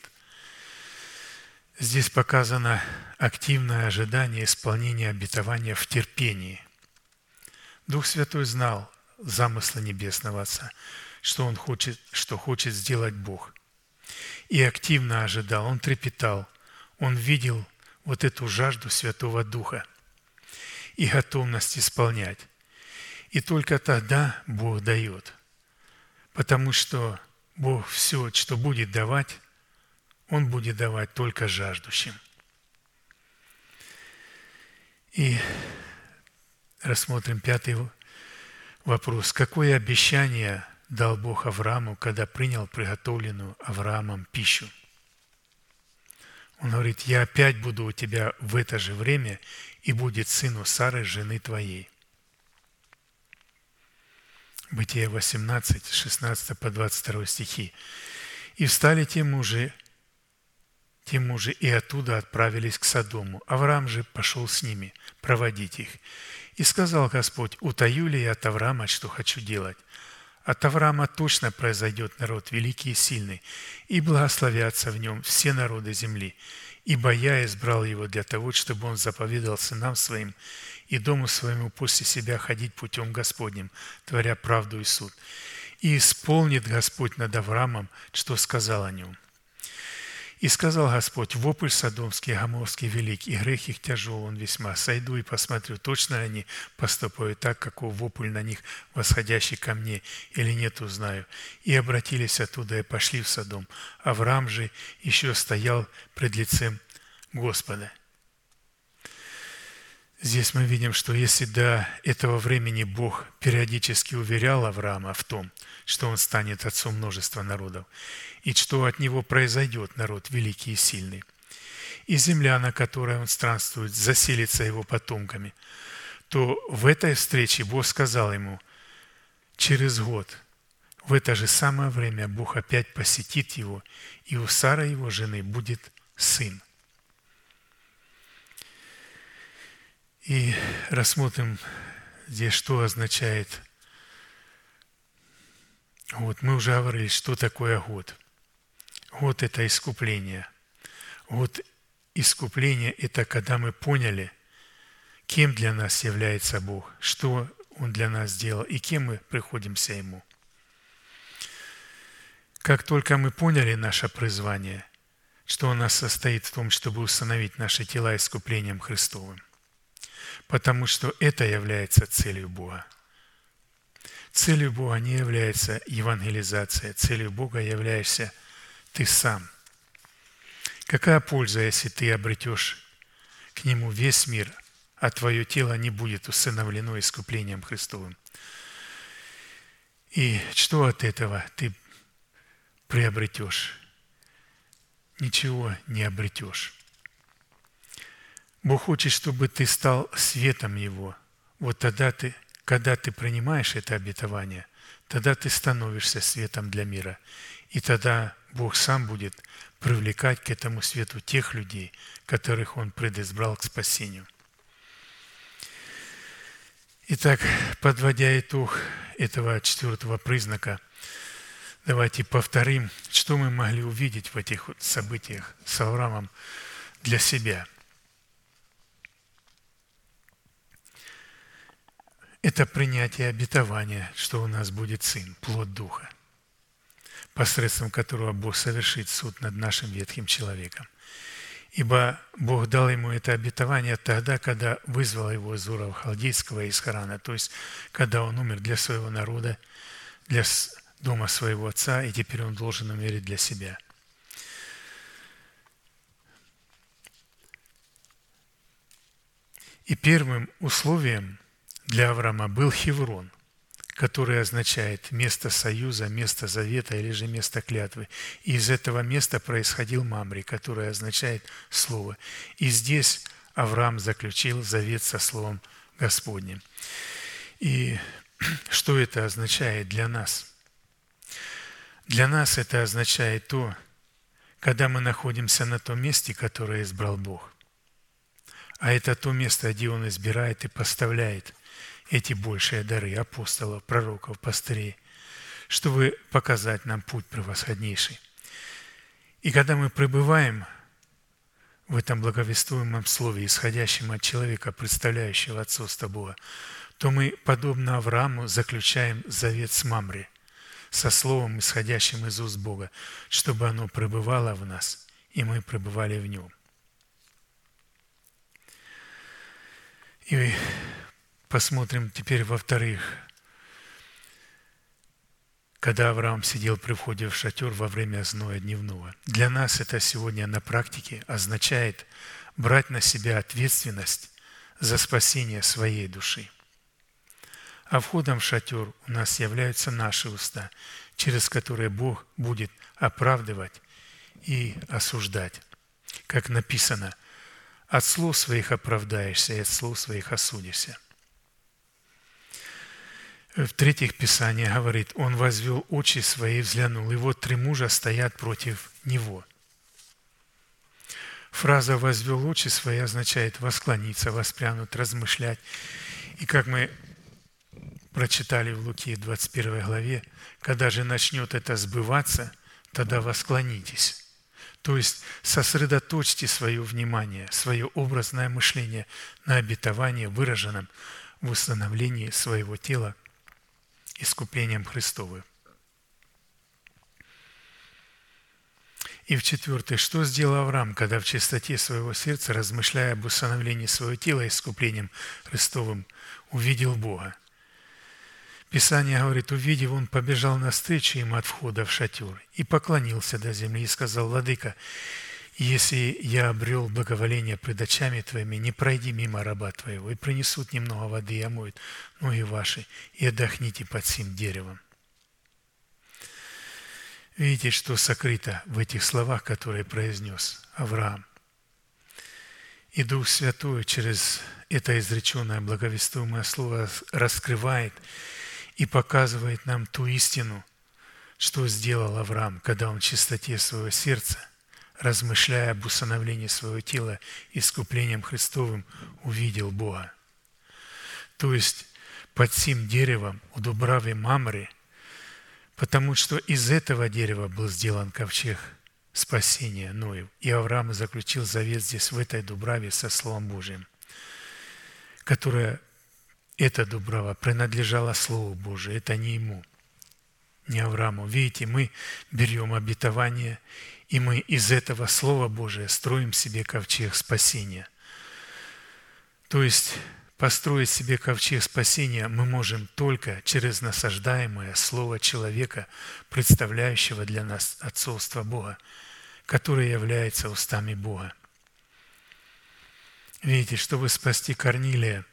Здесь показано активное ожидание исполнения обетования в терпении. Дух Святой знал замыслы Небесного Отца, что хочет сделать Бог. И активно ожидал, он трепетал, он видел вот эту жажду Святого Духа и готовность исполнять. И только тогда Бог дает, потому что Бог все, что будет давать, Он будет давать только жаждущим. И рассмотрим 5-й вопрос. Какое обещание дал Бог Аврааму, когда принял приготовленную Авраамом пищу? Он говорит: «Я опять буду у тебя в это же время, и будет сын у Сары, жены твоей». Бытие 18, 16 по 22 стихи. «И встали те мужи, и оттуда отправились к Содому. Авраам же пошел с ними проводить их. И сказал Господь: утаю ли я от Авраама, что хочу делать? От Авраама точно произойдет народ великий и сильный, и благословятся в нем все народы земли. Ибо я избрал его для того, чтобы он заповедал сынам своим и дому своему после себя ходить путем Господним, творя правду и суд. И исполнит Господь над Авраамом, что сказал о нем. И сказал Господь: вопль содомский и гоморский велик, и грех их тяжел он весьма. Сойду и посмотрю, точно они поступают так, каков вопль на них, восходящий ко мне, или нет, узнаю. И обратились оттуда и пошли в Содом. Авраам же еще стоял пред лицем Господа». Здесь мы видим, что если до этого времени Бог периодически уверял Авраама в том, что он станет отцом множества народов, и что от него произойдет народ великий и сильный, и земля, на которой он странствует, заселится его потомками, то в этой встрече Бог сказал ему: через год, в это же самое время, Бог опять посетит его, и у Сары, его жены, будет сын. И рассмотрим здесь, что означает год. Мы уже говорили, что такое год. Год – это искупление. Год искупления – это когда мы поняли, кем для нас является Бог, что Он для нас сделал и кем мы приходимся Ему. Как только мы поняли наше призвание, что у нас состоит в том, чтобы установить наши тела искуплением Христовым, потому что это является целью Бога. Целью Бога не является евангелизация, целью Бога являешься ты сам. Какая польза, если ты обретешь к Нему весь мир, а твое тело не будет усыновлено искуплением Христовым? И что от этого ты приобретешь? Ничего не обретешь. Бог хочет, чтобы ты стал светом Его. Вот тогда когда ты принимаешь это обетование, тогда ты становишься светом для мира. И тогда Бог сам будет привлекать к этому свету тех людей, которых Он предизбрал к спасению. Итак, подводя итог этого 4-го признака, давайте повторим, что мы могли увидеть в этих событиях с Авраамом для себя. Это принятие обетования, что у нас будет Сын, плод Духа, посредством которого Бог совершит суд над нашим ветхим человеком. Ибо Бог дал ему это обетование тогда, когда вызвал его из Ура Халдейского, из Харана, то есть когда он умер для своего народа, дома своего отца, и теперь он должен умереть для себя. И первым условием для Авраама был Хеврон, который означает место союза, место завета или же место клятвы. И из этого места происходил Мамре, который означает слово. И здесь Авраам заключил завет со Словом Господним. И что это означает для нас? Для нас это означает то, когда мы находимся на том месте, которое избрал Бог. А это то место, где Он избирает и поставляет эти большие дары апостолов, пророков, пастырей, чтобы показать нам путь превосходнейший. И когда мы пребываем в этом благовествуемом слове, исходящем от человека, представляющего отцовство Бога, то мы, подобно Аврааму, заключаем завет с Мамре, со словом, исходящим из уст Бога, чтобы оно пребывало в нас, и мы пребывали в нем. И посмотрим теперь во-вторых, когда Авраам сидел при входе в шатер во время зноя дневного. Для нас это сегодня на практике означает брать на себя ответственность за спасение своей души. А входом в шатер у нас являются наши уста, через которые Бог будет оправдывать и осуждать. Как написано, от слов своих оправдаешься, и от слов своих осудишься. В-третьих, Писание говорит, он возвел очи свои и взглянул, и вот 3 мужа стоят против него. Фраза «возвел очи свои» означает восклониться, воспрянуть, размышлять. И как мы прочитали в Луки 21 главе, когда же начнет это сбываться, тогда восклонитесь. То есть сосредоточьте свое внимание, свое образное мышление на обетовании, выраженном в установлении своего тела искуплением Христовым. И в-четвертых, что сделал Авраам, когда в чистоте своего сердца, размышляя об усыновлении своего тела искуплением Христовым, увидел Бога? Писание говорит, увидев, он побежал навстречу ему от входа в шатер и поклонился до земли и сказал, «Владыка, если я обрел благоволение пред очами Твоими, не пройди мимо раба Твоего, и принесут немного воды и омоют ноги ваши, и отдохните под сим деревом». Видите, что сокрыто в этих словах, которые произнес Авраам. И Дух Святой через это изреченное благовествуемое слово раскрывает и показывает нам ту истину, что сделал Авраам, когда он в чистоте своего сердца, размышляя об усыновлении своего тела искуплением Христовым, увидел Бога. То есть под сим деревом у дубравы Мамре, потому что из этого дерева был сделан ковчег спасения Ноев. И Авраам заключил завет здесь, в этой дубраве, со Словом Божьим, которое эта дубрава принадлежала Слову Божию, это не ему, не Аврааму. Видите, мы берем обетование, и мы из этого Слова Божия строим себе ковчег спасения. То есть построить себе ковчег спасения мы можем только через насаждаемое Слово человека, представляющего для нас отцовство Бога, которое является устами Бога. Видите, чтобы спасти Корнилия,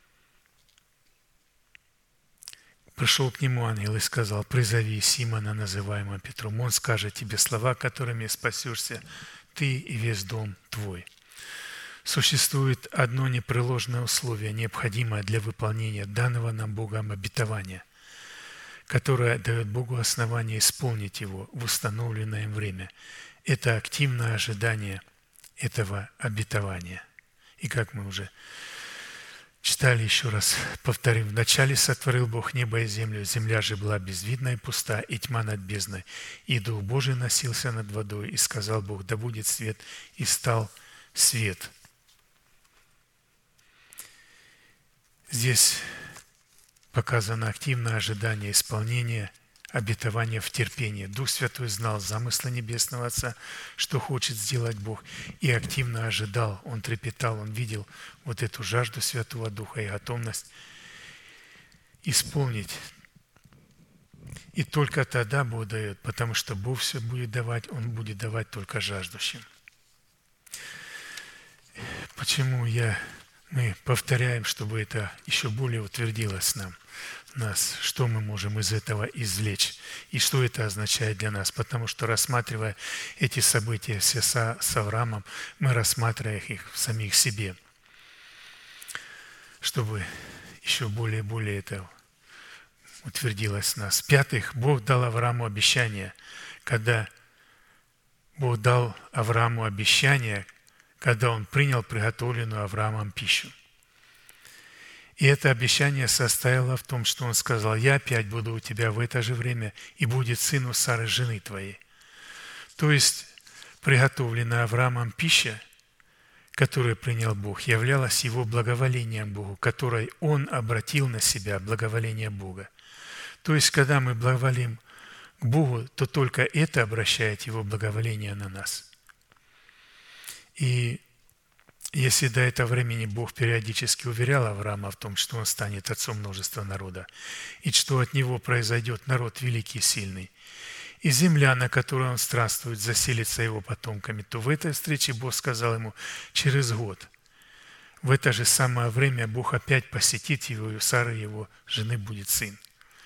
пришел к нему ангел и сказал, «Призови Симона, называемого Петром, он скажет тебе слова, которыми спасешься ты и весь дом твой». Существует одно непреложное условие, необходимое для выполнения данного нам Богом обетования, которое дает Богу основание исполнить его в установленное им время. Это активное ожидание этого обетования. И как мы уже читали, еще раз повторим, «Вначале сотворил Бог небо и землю, земля же была безвидна и пуста, и тьма над бездной, и Дух Божий носился над водой, и сказал Бог, да будет свет, и стал свет». Здесь показано активное ожидание исполнения обетования в терпении. Дух Святой знал замысла Небесного Отца, что хочет сделать Бог, и активно ожидал, он трепетал, он видел вот эту жажду Святого Духа и готовность исполнить И только тогда Бог дает, потому что Бог все будет давать, Он будет давать только жаждущим. Почему мы повторяем, чтобы это еще более утвердилось нас, что мы можем из этого извлечь и что это означает для нас? Потому что, рассматривая эти события все с Авраамом, мы рассматриваем их в самих себе, чтобы еще более и более это утвердилось в нас. В-пятых, Бог дал Аврааму обещание, когда он принял приготовленную Авраамом пищу. И это обещание состояло в том, что он сказал: «Я опять буду у тебя в это же время, и будет сын у Сары, жены твоей». То есть приготовленная Авраамом пища, которую принял Бог, являлась его благоволением Богу, которой он обратил на себя благоволение Бога. То есть, когда мы благоволим к Богу, то только это обращает его благоволение на нас. И если до этого времени Бог периодически уверял Авраама в том, что он станет отцом множества народа, и что от него произойдет народ великий и сильный, и земля, на которой он странствует, заселится его потомками, то в этой встрече Бог сказал ему: через год, в это же самое время, Бог опять посетит его, и у Сары, его жены, будет сын.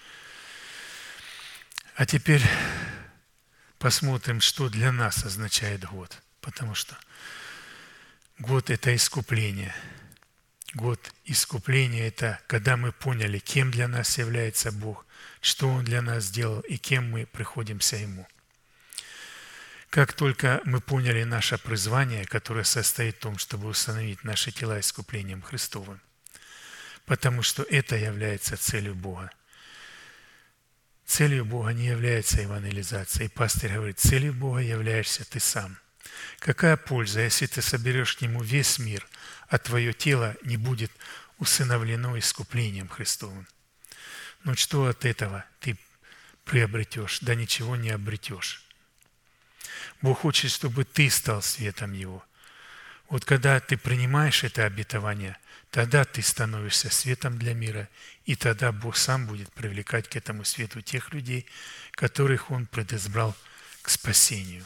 А теперь посмотрим, что для нас означает год, потому что год – это искупление. Год искупления – это когда мы поняли, кем для нас является Бог, что Он для нас сделал и кем мы приходимся Ему. Как только мы поняли наше призвание, которое состоит в том, чтобы установить наши тела искуплением Христовым, потому что это является целью Бога. Целью Бога не является евангелизация. И пастырь говорит: целью Бога являешься ты сам. Какая польза, если ты соберешь к Нему весь мир, а твое тело не будет усыновлено искуплением Христовым? Но что от этого ты приобретешь? Да ничего не обретешь. Бог хочет, чтобы ты стал светом Его. Вот когда ты принимаешь это обетование, тогда ты становишься светом для мира, и тогда Бог сам будет привлекать к этому свету тех людей, которых Он предизбрал к спасению.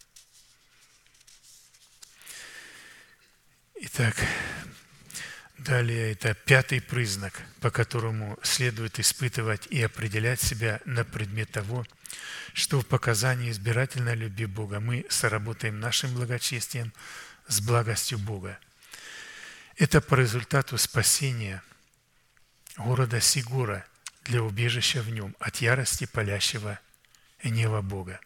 Итак, далее это пятый признак, по которому следует испытывать и определять себя на предмет того, что в показании избирательной любви Бога мы соработаем нашим благочестием с благостью Бога. Это по результату спасения города Сигура для убежища в нем от ярости палящего гнева Бога.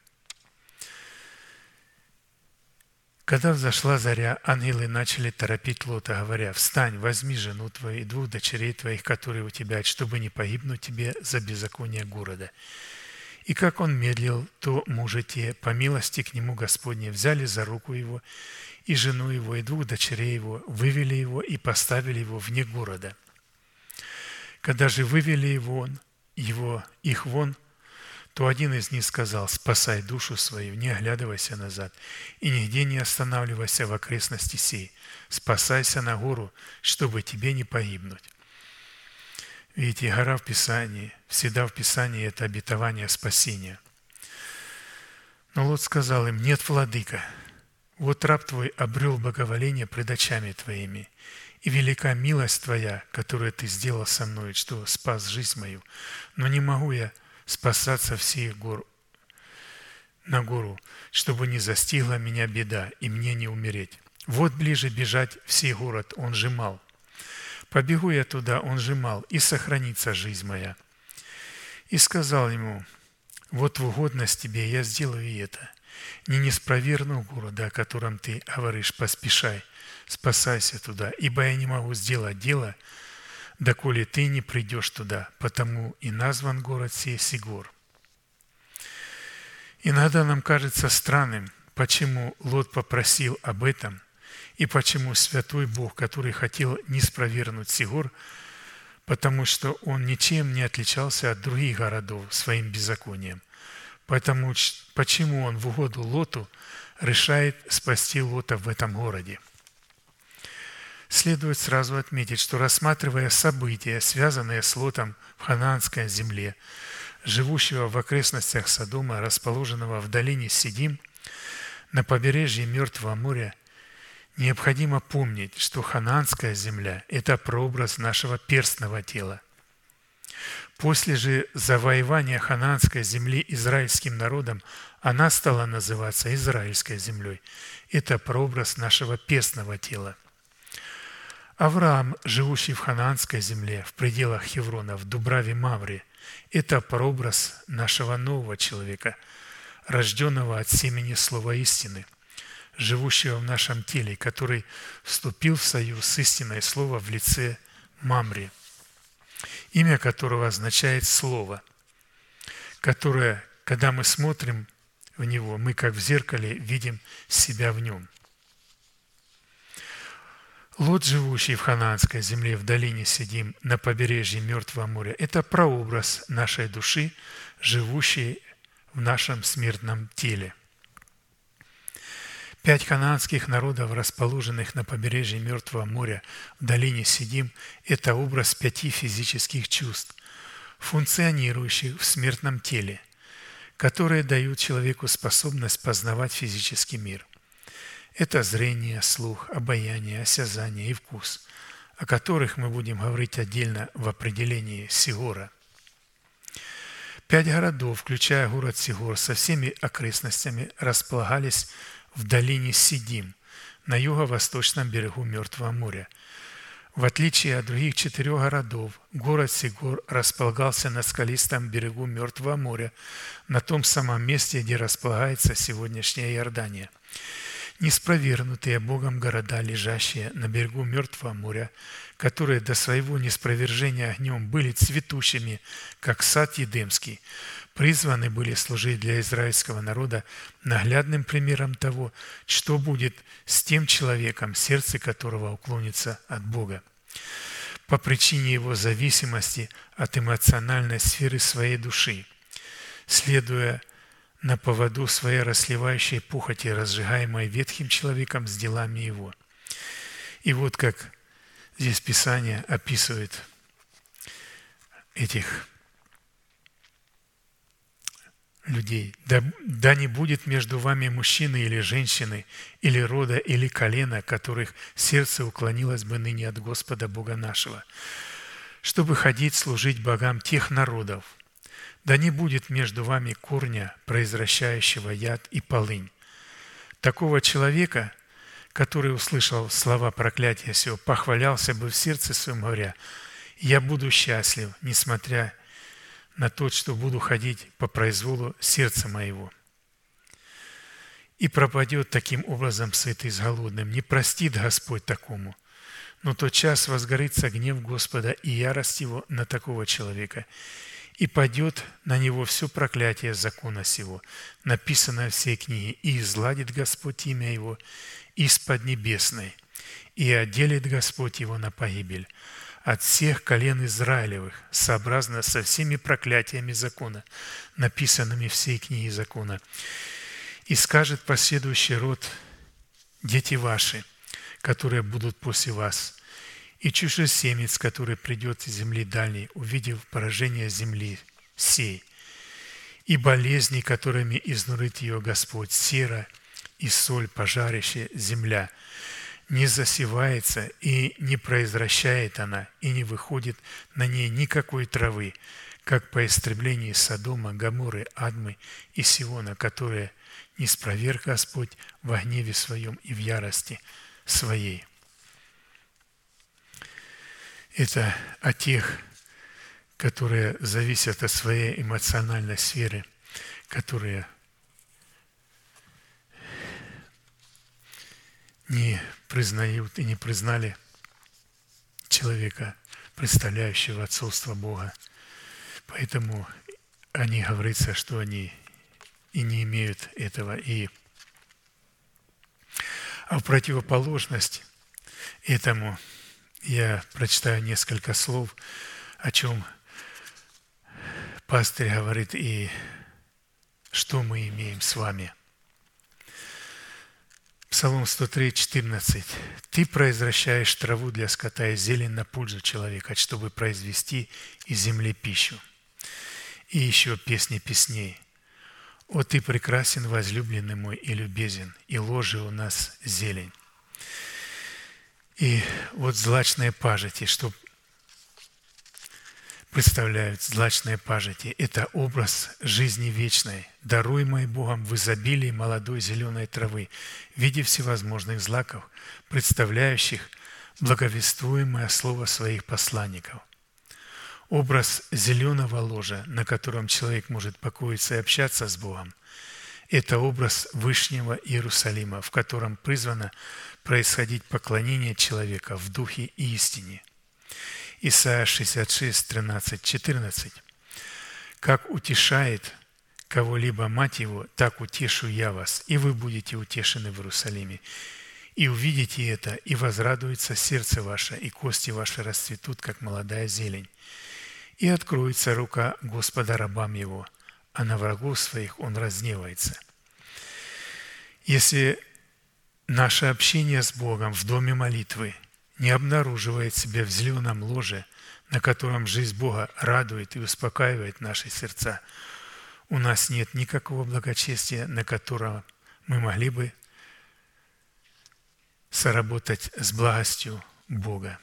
Когда взошла заря, ангелы начали торопить Лота, говоря: «Встань, возьми жену твою и 2 дочерей твоих, которые у тебя, чтобы не погибнуть тебе за беззаконие города». И как он медлил, то мужи те, по милости к нему Господне, взяли за руку его и жену его, и 2 дочерей его, вывели его и поставили его вне города. Когда же вывели их вон, то один из них сказал: «Спасай душу свою, не оглядывайся назад, и нигде не останавливайся в окрестности сей. Спасайся на гору, чтобы тебе не погибнуть». Видите, гора в Писании, всегда в Писании это обетование спасения. Но Лот сказал им: «Нет, владыка, вот раб твой обрел благоволение пред очами твоими, и велика милость твоя, которую ты сделал со мной, что спас жизнь мою, но не могу я спасаться всех гор на гору, чтобы не застигла меня беда, и мне не умереть. Вот ближе бежать в сей город, он же мал. Побегу я туда, он же мал, и сохранится жизнь моя». И сказал ему: «Вот в угодность тебе я сделаю и это. Не спровергну города, о котором ты говоришь, поспешай, спасайся туда, ибо я не могу сделать дело, доколе ты не придешь туда, потому и назван город сей Сигур». Иногда нам кажется странным, почему Лот попросил об этом, и почему Святой Бог, который хотел не спровергнуть Сигур, потому что он ничем не отличался от других городов своим беззаконием. Поэтому почему он в угоду Лоту решает спасти Лота в этом городе? Следует сразу отметить, что, рассматривая события, связанные с Лотом в ханаанской земле, живущего в окрестностях Содома, расположенного в долине Сидим, на побережье Мертвого моря, необходимо помнить, что ханаанская земля – это прообраз нашего перстного тела. После же завоевания ханаанской земли израильским народом она стала называться Израильской землей. Это прообраз нашего перстного тела. Авраам, живущий в ханаанской земле, в пределах Хеврона, в Дубраве Мавре, это прообраз нашего нового человека, рожденного от семени Слова истины, живущего в нашем теле, который вступил в союз с истиной Слова в лице Мамре, имя которого означает «слово», которое, когда мы смотрим в него, мы, как в зеркале, видим себя в нем. Лот, живущий в ханаанской земле в долине Сидим на побережье Мертвого моря, это прообраз нашей души, живущей в нашем смертном теле. 5 ханаанских народов, расположенных на побережье Мертвого моря в долине Сидим, это образ 5 физических чувств, функционирующих в смертном теле, которые дают человеку способность познавать физический мир. Это зрение, слух, обаяние, осязание и вкус, о которых мы будем говорить отдельно в определении Сигора. 5 городов, включая город Сигор, со всеми окрестностями располагались в долине Сидим, на юго-восточном берегу Мертвого моря. В отличие от других 4 городов, город Сигор располагался на скалистом берегу Мертвого моря, на том самом месте, где располагается сегодняшняя Иордания. Неспровергнутые Богом города, лежащие на берегу Мертвого моря, которые до своего неспровержения огнем были цветущими, как сад Едемский, призваны были служить для израильского народа наглядным примером того, что будет с тем человеком, сердце которого уклонится от Бога. По причине его зависимости от эмоциональной сферы своей души, следуя на поводу своей расливающей похоти, разжигаемой ветхим человеком с делами его. И вот как здесь Писание описывает этих людей. Да не будет между вами мужчины или женщины, или рода, или колена, которых сердце уклонилось бы ныне от Господа Бога нашего, чтобы ходить служить богам тех народов. Да не будет между вами корня, произвращающего яд и полынь. Такого человека, который услышал слова проклятия сего, похвалялся бы в сердце своем, говоря: «Я буду счастлив, несмотря на то, что буду ходить по произволу сердца моего». И пропадет таким образом сытый с голодным. Не простит Господь такому. Но тот час возгорится гнев Господа и ярость его на такого человека. И падет на него все проклятие закона сего, написанное в всей книге, и изгладит Господь имя его из поднебесной, и отделит Господь его на погибель от всех колен Израилевых, сообразно со всеми проклятиями закона, написанными в всей книге закона. И скажет последующий род: дети ваши, которые будут после вас, и чужеземец, который придет из земли дальней, увидев поражение земли сей, и болезни, которыми изнурит ее Господь, сера и соль, пожарище земля, не засевается и не произвращает она, и не выходит на ней никакой травы, как по истреблении Содома, Гоморры, Адмы и Сиона, которые не спроверг Господь во гневе своем и в ярости своей». Это о тех, которые зависят от своей эмоциональной сферы, которые не признают и не признали человека, представляющего отцовство Бога. Поэтому они говорится, что они и не имеют этого. А в противоположность этому я прочитаю несколько слов, о чем пастырь говорит и что мы имеем с вами. Псалом 103, 14. «Ты произвращаешь траву для скота и зелень на пользу человека, чтобы произвести из земли пищу. И еще песни песней. «О, ты прекрасен, возлюбленный мой, и любезен, и ложе у нас зелень». И вот злачные пажити, что представляют злачные пажити, это образ жизни вечной, даруемой Богом в изобилии молодой зеленой травы, в виде всевозможных злаков, представляющих благовествуемое слово своих посланников. Образ зеленого ложа, на котором человек может покоиться и общаться с Богом, это образ Вышнего Иерусалима, в котором призвано происходить поклонение человека в духе и истине. Исайя 66, 13, 14. «Как утешает кого-либо мать его, так утешу я вас, и вы будете утешены в Иерусалиме. И увидите это, и возрадуется сердце ваше, и кости ваши расцветут, как молодая зелень. И откроется рука Господа рабам его, а на врагов своих он разгневается». Если наше общение с Богом в доме молитвы не обнаруживает себя в зеленом ложе, на котором жизнь Бога радует и успокаивает наши сердца, у нас нет никакого благочестия, на котором мы могли бы соработать с благостью Бога.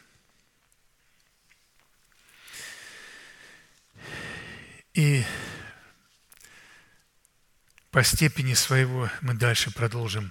И по степени своего, мы дальше продолжим,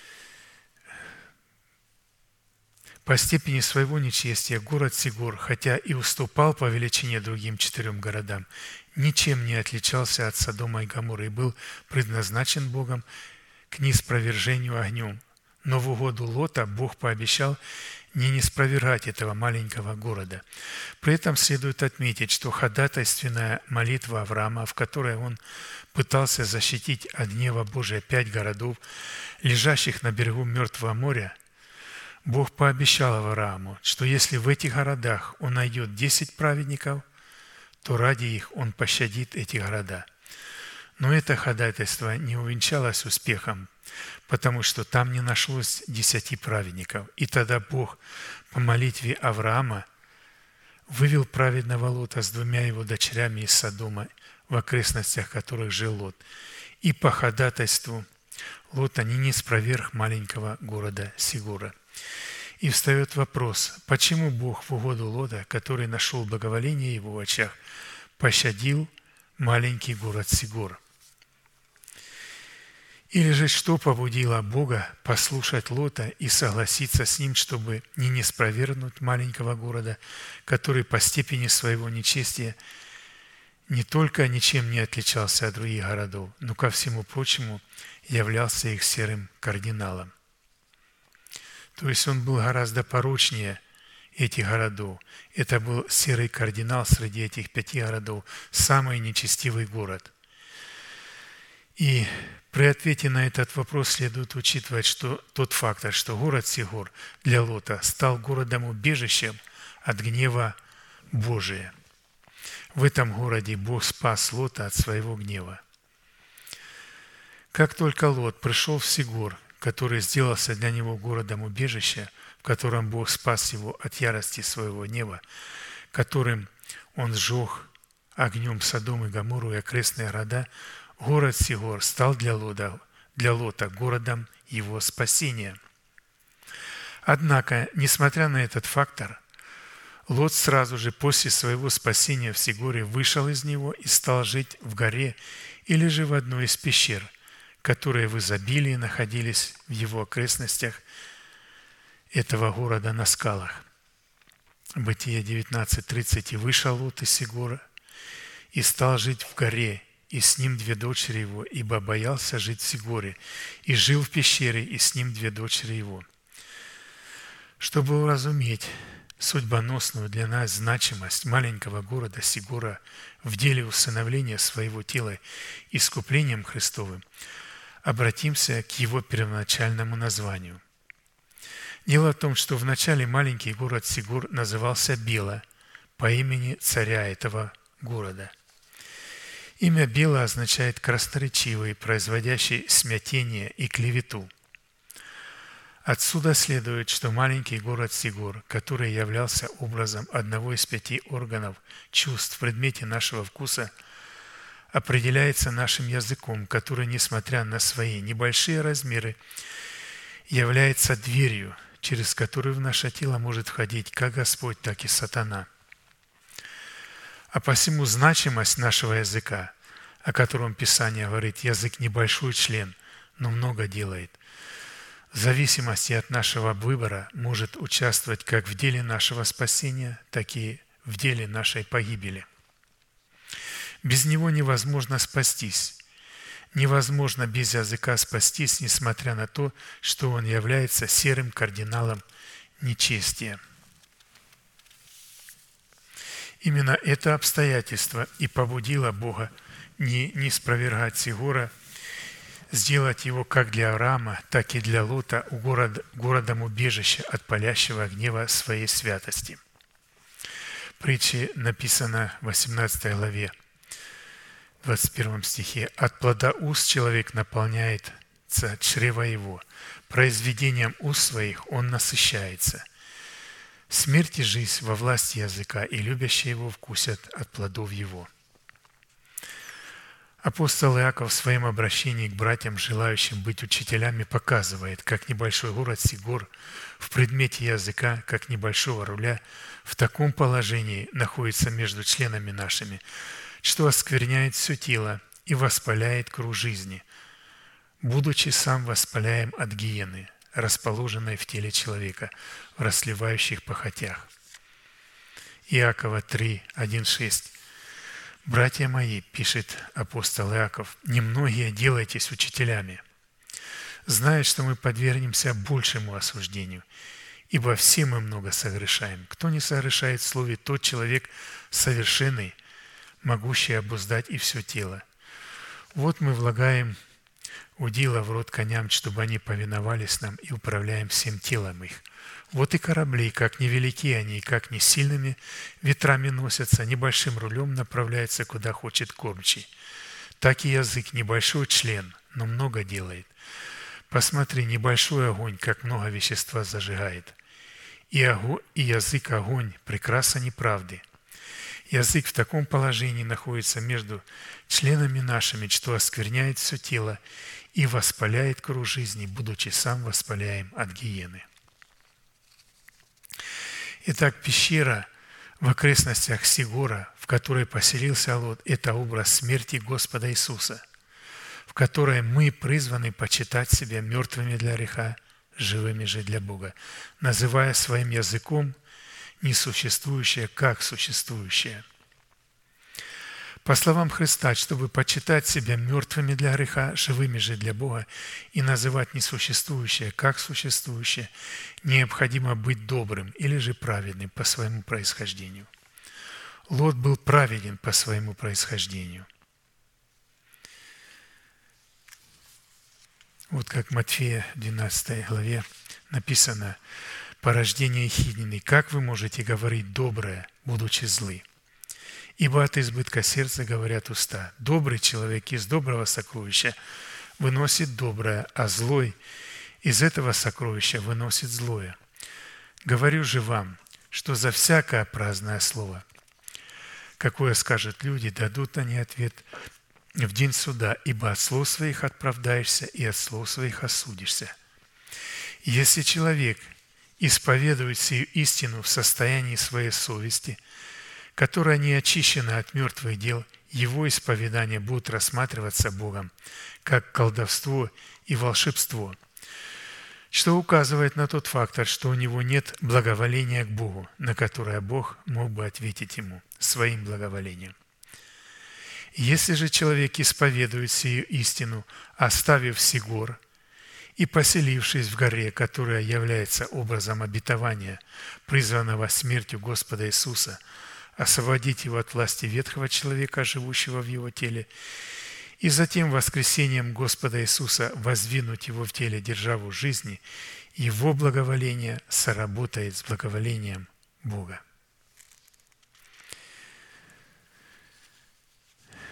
по степени своего нечестия город Сигор, хотя и уступал по величине другим 4 городам, ничем не отличался от Содома и Гоморры и был предназначен Богом к ниспровержению огнем. Но в угоду Лота Бог пообещал не ниспровергать этого маленького города. При этом следует отметить, что ходатайственная молитва Авраама, в которой он пытался защитить от гнева Божия 5 городов, лежащих на берегу Мертвого моря, Бог пообещал Аврааму, что если в этих городах он найдет 10 праведников, то ради их он пощадит эти города. Но это ходатайство не увенчалось успехом, потому что там не нашлось 10 праведников. И тогда Бог по молитве Авраама вывел праведного Лота с 2 его дочерями из Содома, в окрестностях которых жил Лот. И по ходатайству Лота не ниспроверг маленького города Сигора. И встает вопрос, почему Бог в угоду Лота, который нашел благоволение его в очах, пощадил маленький город Сигор? Или же что побудило Бога послушать Лота и согласиться с ним, чтобы не ниспровергнуть маленького города, который по степени своего нечестия не только ничем не отличался от других городов, но ко всему прочему являлся их серым кардиналом? То есть он был гораздо порочнее этих городов. Это был серый кардинал среди этих 5 городов, самый нечестивый город. И при ответе на этот вопрос следует учитывать, что тот фактор, что город Сигор для Лота стал городом-убежищем от гнева Божия. В этом городе Бог спас Лота от своего гнева. Как только Лот пришел в Сигор, который сделался для него городом-убежища, в котором Бог спас его от ярости своего гнева, которым он сжег огнем Содом и Гоморру и окрестные города, город Сигор стал для Лота городом его спасения. Однако, несмотря на этот фактор, Лот сразу же после своего спасения в Сигоре вышел из него и стал жить в горе или же в одной из пещер, которые в изобилии находились в его окрестностях этого города на скалах. Бытие 19:30. «И вышел Лот из Сигора, и стал жить в горе, и с ним 2 дочери его, ибо боялся жить в Сигоре, и жил в пещере, и с ним 2 дочери его». Чтобы уразуметь судьбоносную для нас значимость маленького города Сигора в деле усыновления своего тела искуплением Христовым, обратимся к его первоначальному названию. Дело в том, что вначале маленький город Сигор назывался Бела по имени царя этого города. Имя Бела означает красноречивый, производящий смятение и клевету. Отсюда следует, что маленький город Сигор, который являлся образом одного из 5 органов чувств в предмете нашего вкуса, определяется нашим языком, который, несмотря на свои небольшие размеры, является дверью, через которую в наше тело может входить как Господь, так и сатана. А посему значимость нашего языка, о котором Писание говорит, язык небольшой член, но много делает, в зависимости от нашего выбора может участвовать как в деле нашего спасения, так и в деле нашей погибели. Без него невозможно спастись. Невозможно без языка спастись, несмотря на то, что он является серым кардиналом нечестия. Именно это обстоятельство и побудило Бога не спровергать Сигора, сделать его как для Авраама, так и для Лота городом убежища от палящего гнева своей святости. Притче написано в 18 главе, 21 стихе: «От плода уст человек наполняется чрево его, произведением уст своих он насыщается. Смерть и жизнь во власти языка, и любящие его вкусят от плодов его». Апостол Иаков в своем обращении к братьям, желающим быть учителями, показывает, как небольшой город Сигор в предмете языка, как небольшого руля, в таком положении находится между членами нашими, что оскверняет все тело и воспаляет круг жизни, будучи сам воспаляем от гиены, расположенной в теле человека, в расливающих похотях. Иакова 3, 1, 6. «Братья мои, — пишет апостол Иаков, — немногие делайтесь учителями, зная, что мы подвергнемся большему осуждению, ибо все мы много согрешаем. Кто не согрешает в слове, тот человек совершенный, могущий обуздать и все тело. Вот мы влагаем удила в рот коням, чтобы они повиновались нам, и управляем всем телом их. Вот и корабли, как невелики они, как не сильными ветрами носятся, небольшим рулем направляется, куда хочет кормчий. Так и язык небольшой член, но много делает. Посмотри, небольшой огонь, как много вещества зажигает. И язык огонь, прекраса неправды. Язык в таком положении находится между членами нашими, что оскверняет все тело и воспаляет круг жизни, будучи сам воспаляем от гиены». Итак, пещера в окрестностях Сигора, в которой поселился Лот, это образ смерти Господа Иисуса, в которой мы призваны почитать себя мертвыми для греха, живыми же для Бога, называя своим языком несуществующее как существующее. По словам Христа, чтобы почитать себя мертвыми для греха, живыми же для Бога и называть несуществующее как существующее, необходимо быть добрым или же праведным по своему происхождению. Лот был праведен по своему происхождению. Вот как в Матфея 12 главе написано: «Порождение Ехиднины, как вы можете говорить доброе, будучи злы? Ибо от избытка сердца говорят уста. Добрый человек из доброго сокровища выносит доброе, а злой из этого сокровища выносит злое. Говорю же вам, что за всякое праздное слово, какое скажут люди, дадут они ответ в день суда, ибо от слов своих оправдаешься и от слов своих осудишься. Если человек исповедует сию истину в состоянии своей совести, которая не очищена от мертвых дел, его исповедания будут рассматриваться Богом как колдовство и волшебство, что указывает на тот фактор, что у него нет благоволения к Богу, на которое Бог мог бы ответить ему своим благоволением. Если же человек исповедует сию истину, оставив Сигор и поселившись в горе, которая является образом обетования, призванного смертью Господа Иисуса, освободить его от власти ветхого человека, живущего в его теле, и затем воскресением Господа Иисуса воздвинуть его в теле державу жизни, его благоволение соработает с благоволением Бога.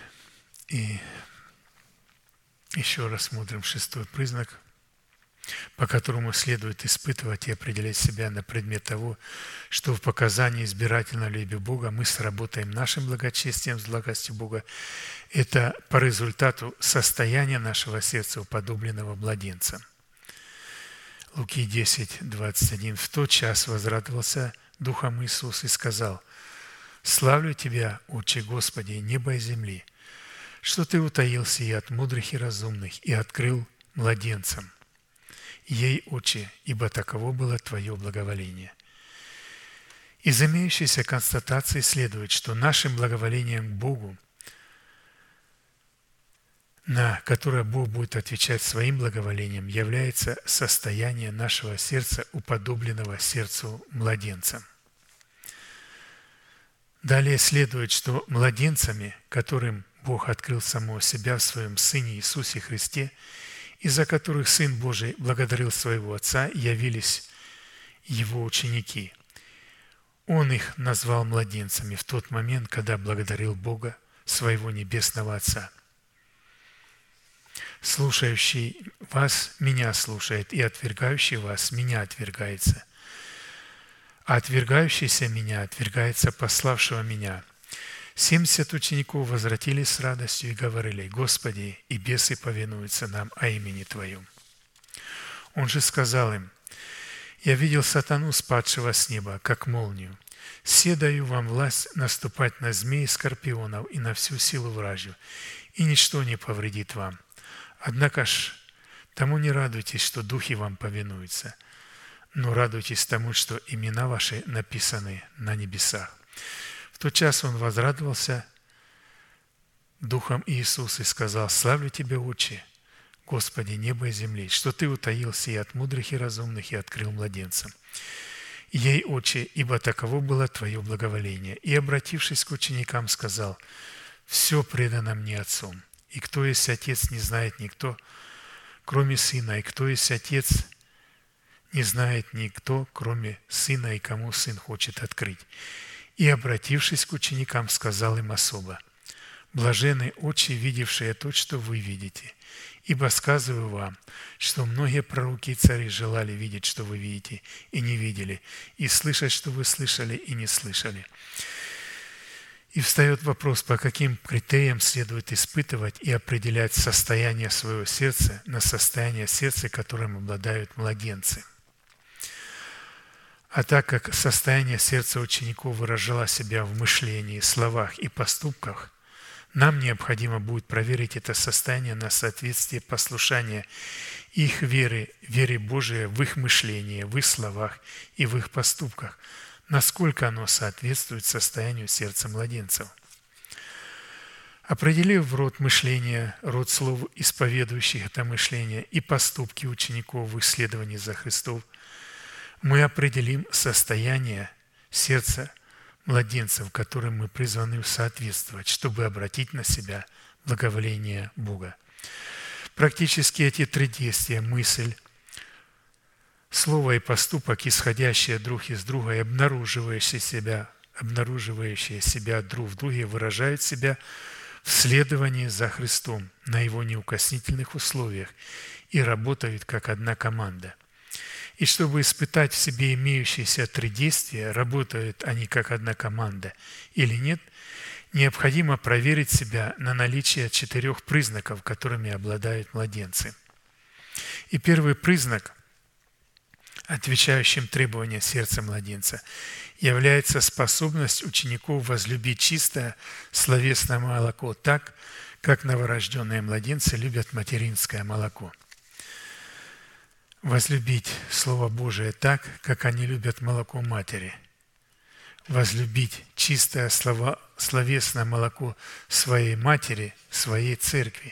И еще раз смотрим 6-й признак. по которому следует испытывать и определять себя на предмет того, что в показании избирательной любви Бога мы сработаем нашим благочестием с благостью Бога, это по результату состояния нашего сердца, уподобленного младенцам. Луки 10:21. В тот час возрадовался Духом Иисус и сказал: «Славлю Тебя, Отче Господи, неба и земли, что Ты утаил сие от мудрых и разумных и открыл младенцам. Ей, Отче, ибо таково было Твое благоволение». Из имеющейся констатации следует, что нашим благоволением к Богу, на которое Бог будет отвечать своим благоволением, является состояние нашего сердца, уподобленного сердцу младенца. Далее следует, что младенцами, которым Бог открыл самого себя в Своем Сыне Иисусе Христе, из-за которых Сын Божий благодарил Своего Отца, явились Его ученики. Он их назвал младенцами в тот момент, когда благодарил Бога, Своего Небесного Отца. «Слушающий вас меня слушает, и отвергающий вас меня отвергается. А отвергающийся меня отвергается пославшего меня». 70 учеников возвратились с радостью и говорили: «Господи, и бесы повинуются нам о имени Твоем». Он же сказал им: «Я видел сатану, спадшего с неба, как молнию. Се даю вам власть наступать на змей и скорпионов и на всю силу вражью, и ничто не повредит вам. Однако ж тому не радуйтесь, что духи вам повинуются, но радуйтесь тому, что имена ваши написаны на небесах». В тот час он возрадовался Духом Иисуса и сказал: «Славлю Тебя, Отче, Господи неба и земли, что Ты утаил сие от мудрых и разумных и открыл младенцам. Ей, Отче, ибо таково было Твое благоволение». И, обратившись к ученикам, сказал: «Все предано мне Отцом, и кто есть Отец, не знает никто, кроме Сына, и кто есть Отец, не знает никто, кроме Сына, и кому Сын хочет открыть». И, обратившись к ученикам, сказал им особо: «Блаженны очи, видевшие то, что вы видите. Ибо сказываю вам, что многие пророки и цари желали видеть, что вы видите, и не видели, и слышать, что вы слышали, и не слышали». И встает вопрос, по каким критериям следует испытывать и определять состояние своего сердца на состояние сердца, которым обладают младенцы. А так как состояние сердца учеников выражало себя в мышлении, словах и поступках, нам необходимо будет проверить это состояние на соответствие послушания их вере Божией в их мышлении, в их словах и в их поступках, насколько оно соответствует состоянию сердца младенцев. Определив род мышления, род слов, исповедующих это мышление, и поступки учеников в исследовании за Христом, мы определим состояние сердца младенцев, которым мы призваны соответствовать, чтобы обратить на себя благоволение Бога. Практически эти три действия – мысль, слово и поступок, исходящие друг из друга и обнаруживающие себя друг в друге, выражают себя в следовании за Христом на Его неукоснительных условиях и работают как одна команда. И чтобы испытать в себе имеющиеся три действия, работают они как одна команда или нет, необходимо проверить себя на наличие 4 признаков, которыми обладают младенцы. И первый признак, отвечающим требованиям сердца младенца, является способность учеников возлюбить чистое словесное молоко так, как новорожденные младенцы любят материнское молоко. Возлюбить Слово Божие так, как они любят молоко матери. Возлюбить чистое словесное молоко своей матери, своей церкви.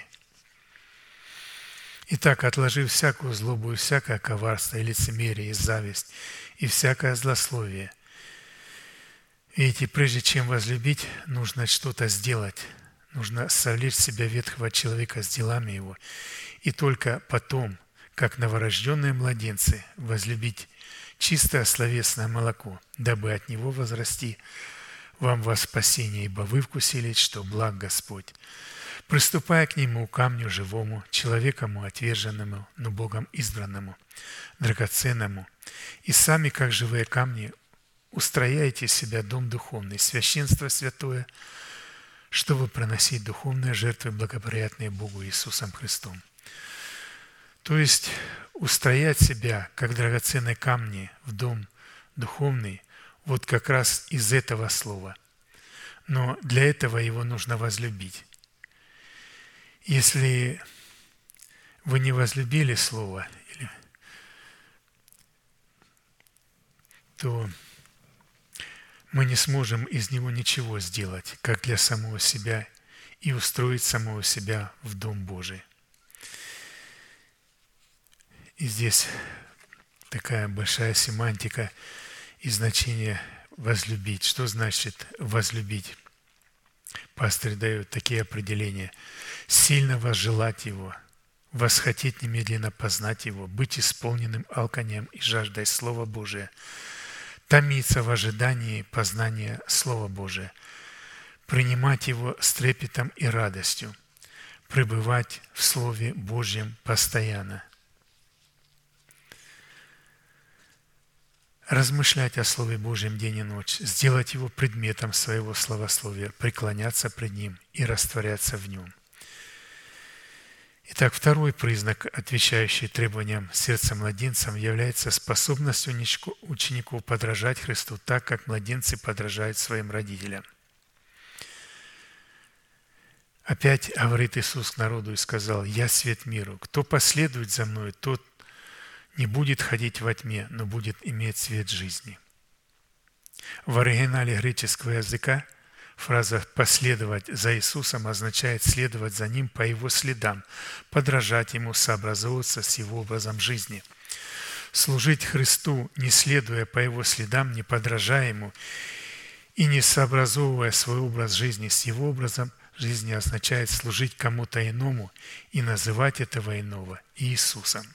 Итак, отложив всякую злобу и всякое коварство, и лицемерие, и зависть, и всякое злословие. Видите, прежде чем возлюбить, нужно что-то сделать. Нужно совлечь в себя ветхого человека с делами его. И только потом, как новорожденные младенцы, возлюбить чистое словесное молоко, дабы от него возрасти вам во спасение, ибо вы вкусили, что благ Господь. приступая к нему, камню живому, человекому отверженному, но Богом избранному, драгоценному, и сами, как живые камни, устрояете себя дом духовный, священство святое, чтобы приносить духовные жертвы, благоприятные Богу Иисусом Христом. То есть устроять себя, как драгоценные камни, в дом духовный, вот как раз из этого слова. Но для этого его нужно возлюбить. Если вы не возлюбили слово, то мы не сможем из него ничего сделать, как для самого себя, и устроить самого себя в Дом Божий. И здесь такая большая семантика и значение возлюбить. Что значит возлюбить? Пастырь дает такие определения. Сильно возжелать Его, восхотеть немедленно познать Его, быть исполненным алканием и жаждой Слова Божия, томиться в ожидании познания Слова Божия, принимать Его с трепетом и радостью, пребывать в Слове Божьем постоянно, размышлять о Слове Божьем день и ночь, сделать его предметом своего славословия, преклоняться пред Ним и растворяться в Нем. Итак, второй признак, отвечающий требованиям сердца младенцам, является способность учеников подражать Христу так, как младенцы подражают своим родителям. Опять говорит Иисус к народу и сказал: «Я свет миру. Кто последует за Мною, тот не будет ходить во тьме, но будет иметь свет жизни». В оригинале греческого языка фраза «последовать за Иисусом» означает следовать за Ним по Его следам, подражать Ему, сообразовываться с Его образом жизни. Служить Христу, не следуя по Его следам, не подражая Ему и не сообразовывая свой образ жизни с Его образом жизни, означает служить кому-то иному и называть этого иного Иисусом.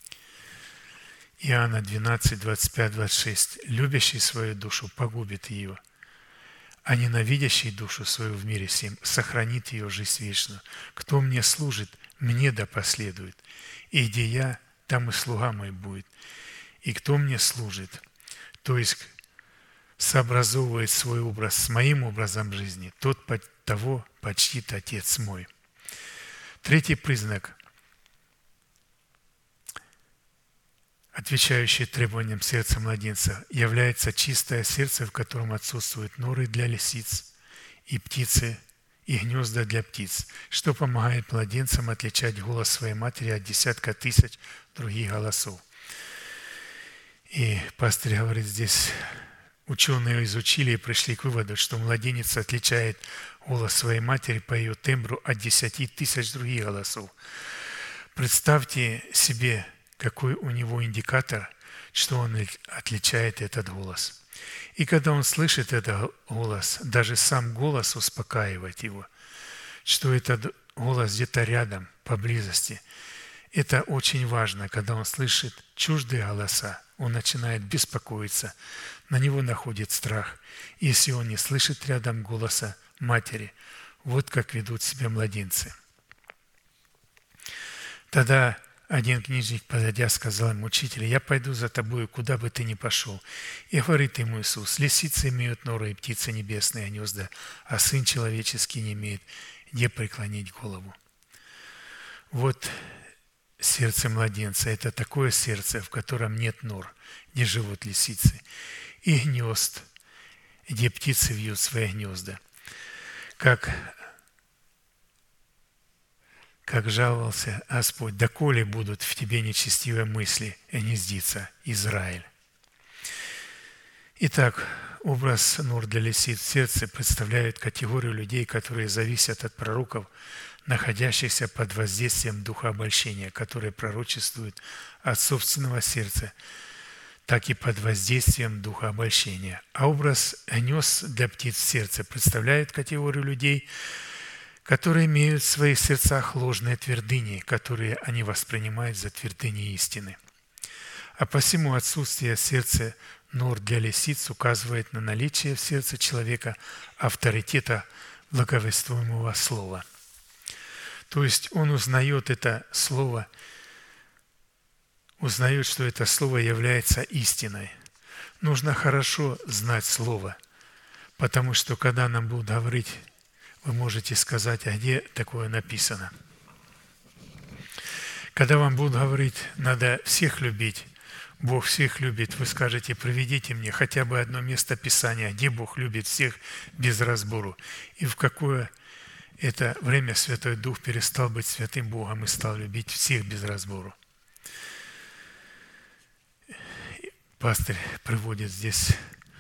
Иоанна 12, 25, 26. «Любящий свою душу погубит ее, а ненавидящий душу свою в мире сим сохранит ее жизнь вечную. Кто мне служит, мне да последует. И где я, там и слуга мой будет. И кто мне служит, то есть сообразовывает свой образ с моим образом жизни, тот того почтит Отец мой». Третий признак, отвечающий требованиям сердца младенца, является чистое сердце, в котором отсутствуют норы для лисиц и птицы, и гнезда для птиц, что помогает младенцам отличать голос своей матери от десятка тысяч других голосов. И пастырь говорит здесь, ученые изучили и пришли к выводу, что младенец отличает голос своей матери по ее тембру от 10 тысяч других голосов. Представьте себе, какой у него индикатор, что он отличает этот голос. И когда он слышит этот голос, даже сам голос успокаивает его, что этот голос где-то рядом, поблизости. Это очень важно, когда он слышит чуждые голоса, он начинает беспокоиться, на него находит страх. Если он не слышит рядом голоса матери, вот как ведут себя младенцы. Тогда один книжник, подойдя, сказал ему: «Учитель, я пойду за тобою, куда бы ты ни пошел». И говорит ему Иисус: «Лисицы имеют норы и птицы небесные гнезда, а Сын Человеческий не имеет, где преклонить голову». Вот сердце младенца – это такое сердце, в котором нет нор, где живут лисицы, и гнезд, где птицы вьют свои гнезда. Как жаловался Господь: «Доколе будут в тебе нечестивые мысли, гнездится Израиль». Итак, образ нор для лисиц в сердце представляет категорию людей, которые зависят от пророков, находящихся под воздействием духа обольщения, которые пророчествуют от собственного сердца, так и под воздействием духа обольщения. А образ гнезд для птиц в сердце представляет категорию людей, которые имеют в своих сердцах ложные твердыни, которые они воспринимают за твердыни истины. А посему отсутствие в сердце нор для лисиц указывает на наличие в сердце человека авторитета благовествуемого слова. То есть он узнает это слово, узнает, что это слово является истиной. Нужно хорошо знать слово, потому что когда нам будут говорить, вы можете сказать, а где такое написано? Когда вам будут говорить, надо всех любить, Бог всех любит, вы скажете, приведите мне хотя бы одно место Писания, где Бог любит всех без разбору. И в какое это время Святой Дух перестал быть святым Богом и стал любить всех без разбору. Пастырь приводит здесь,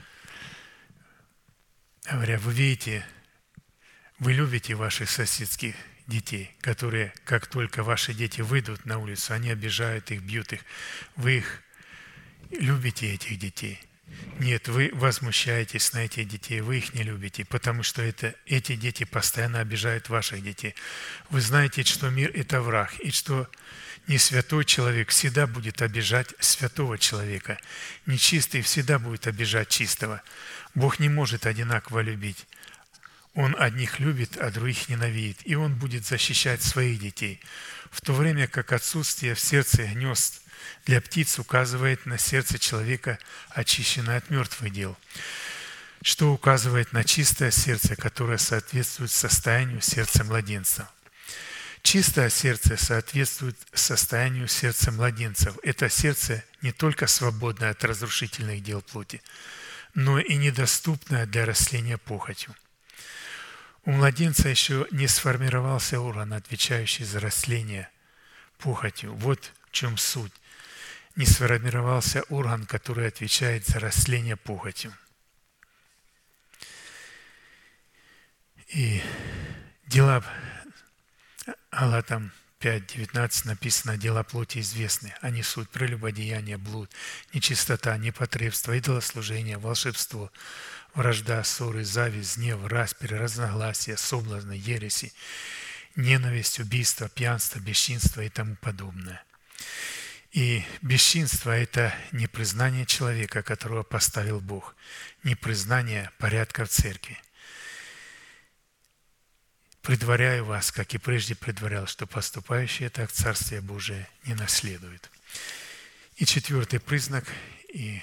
говоря, вы видите, вы любите ваших соседских детей, которые, как только ваши дети выйдут на улицу, они обижают их, бьют их. Вы их любите, этих детей? Нет, вы возмущаетесь на этих детей, вы их не любите, потому что эти дети постоянно обижают ваших детей. Вы знаете, что мир – это враг, и что несвятой человек всегда будет обижать святого человека. Нечистый всегда будет обижать чистого. Бог не может одинаково любить. Он одних любит, а других ненавидит. И Он будет защищать своих детей. В то время как отсутствие в сердце гнезд для птиц указывает на сердце человека, очищенное от мертвых дел, что указывает на чистое сердце, которое соответствует состоянию сердца младенца. Чистое сердце соответствует состоянию сердца младенцев. Это сердце не только свободное от разрушительных дел плоти, но и недоступное для растления похотью. У младенца еще не сформировался орган, отвечающий за растление похотью. Вот в чем суть. Не сформировался орган, который отвечает за растление похотью. И дела Галатам 5:19 написано: «Дела плоти известны, они суть прелюбодеяние, блуд, нечистота, непотребство, идолослужение, волшебство, вражда, ссоры, зависть, гнев, распри, разногласия, соблазны, ереси, ненависть, убийство, пьянство, бесчинство и тому подобное». И бесчинство – это непризнание человека, которого поставил Бог, непризнание порядка в церкви. «Предваряю вас, как и прежде предварял, что поступающие так Царствие Божие не наследуют». И четвертый признак, и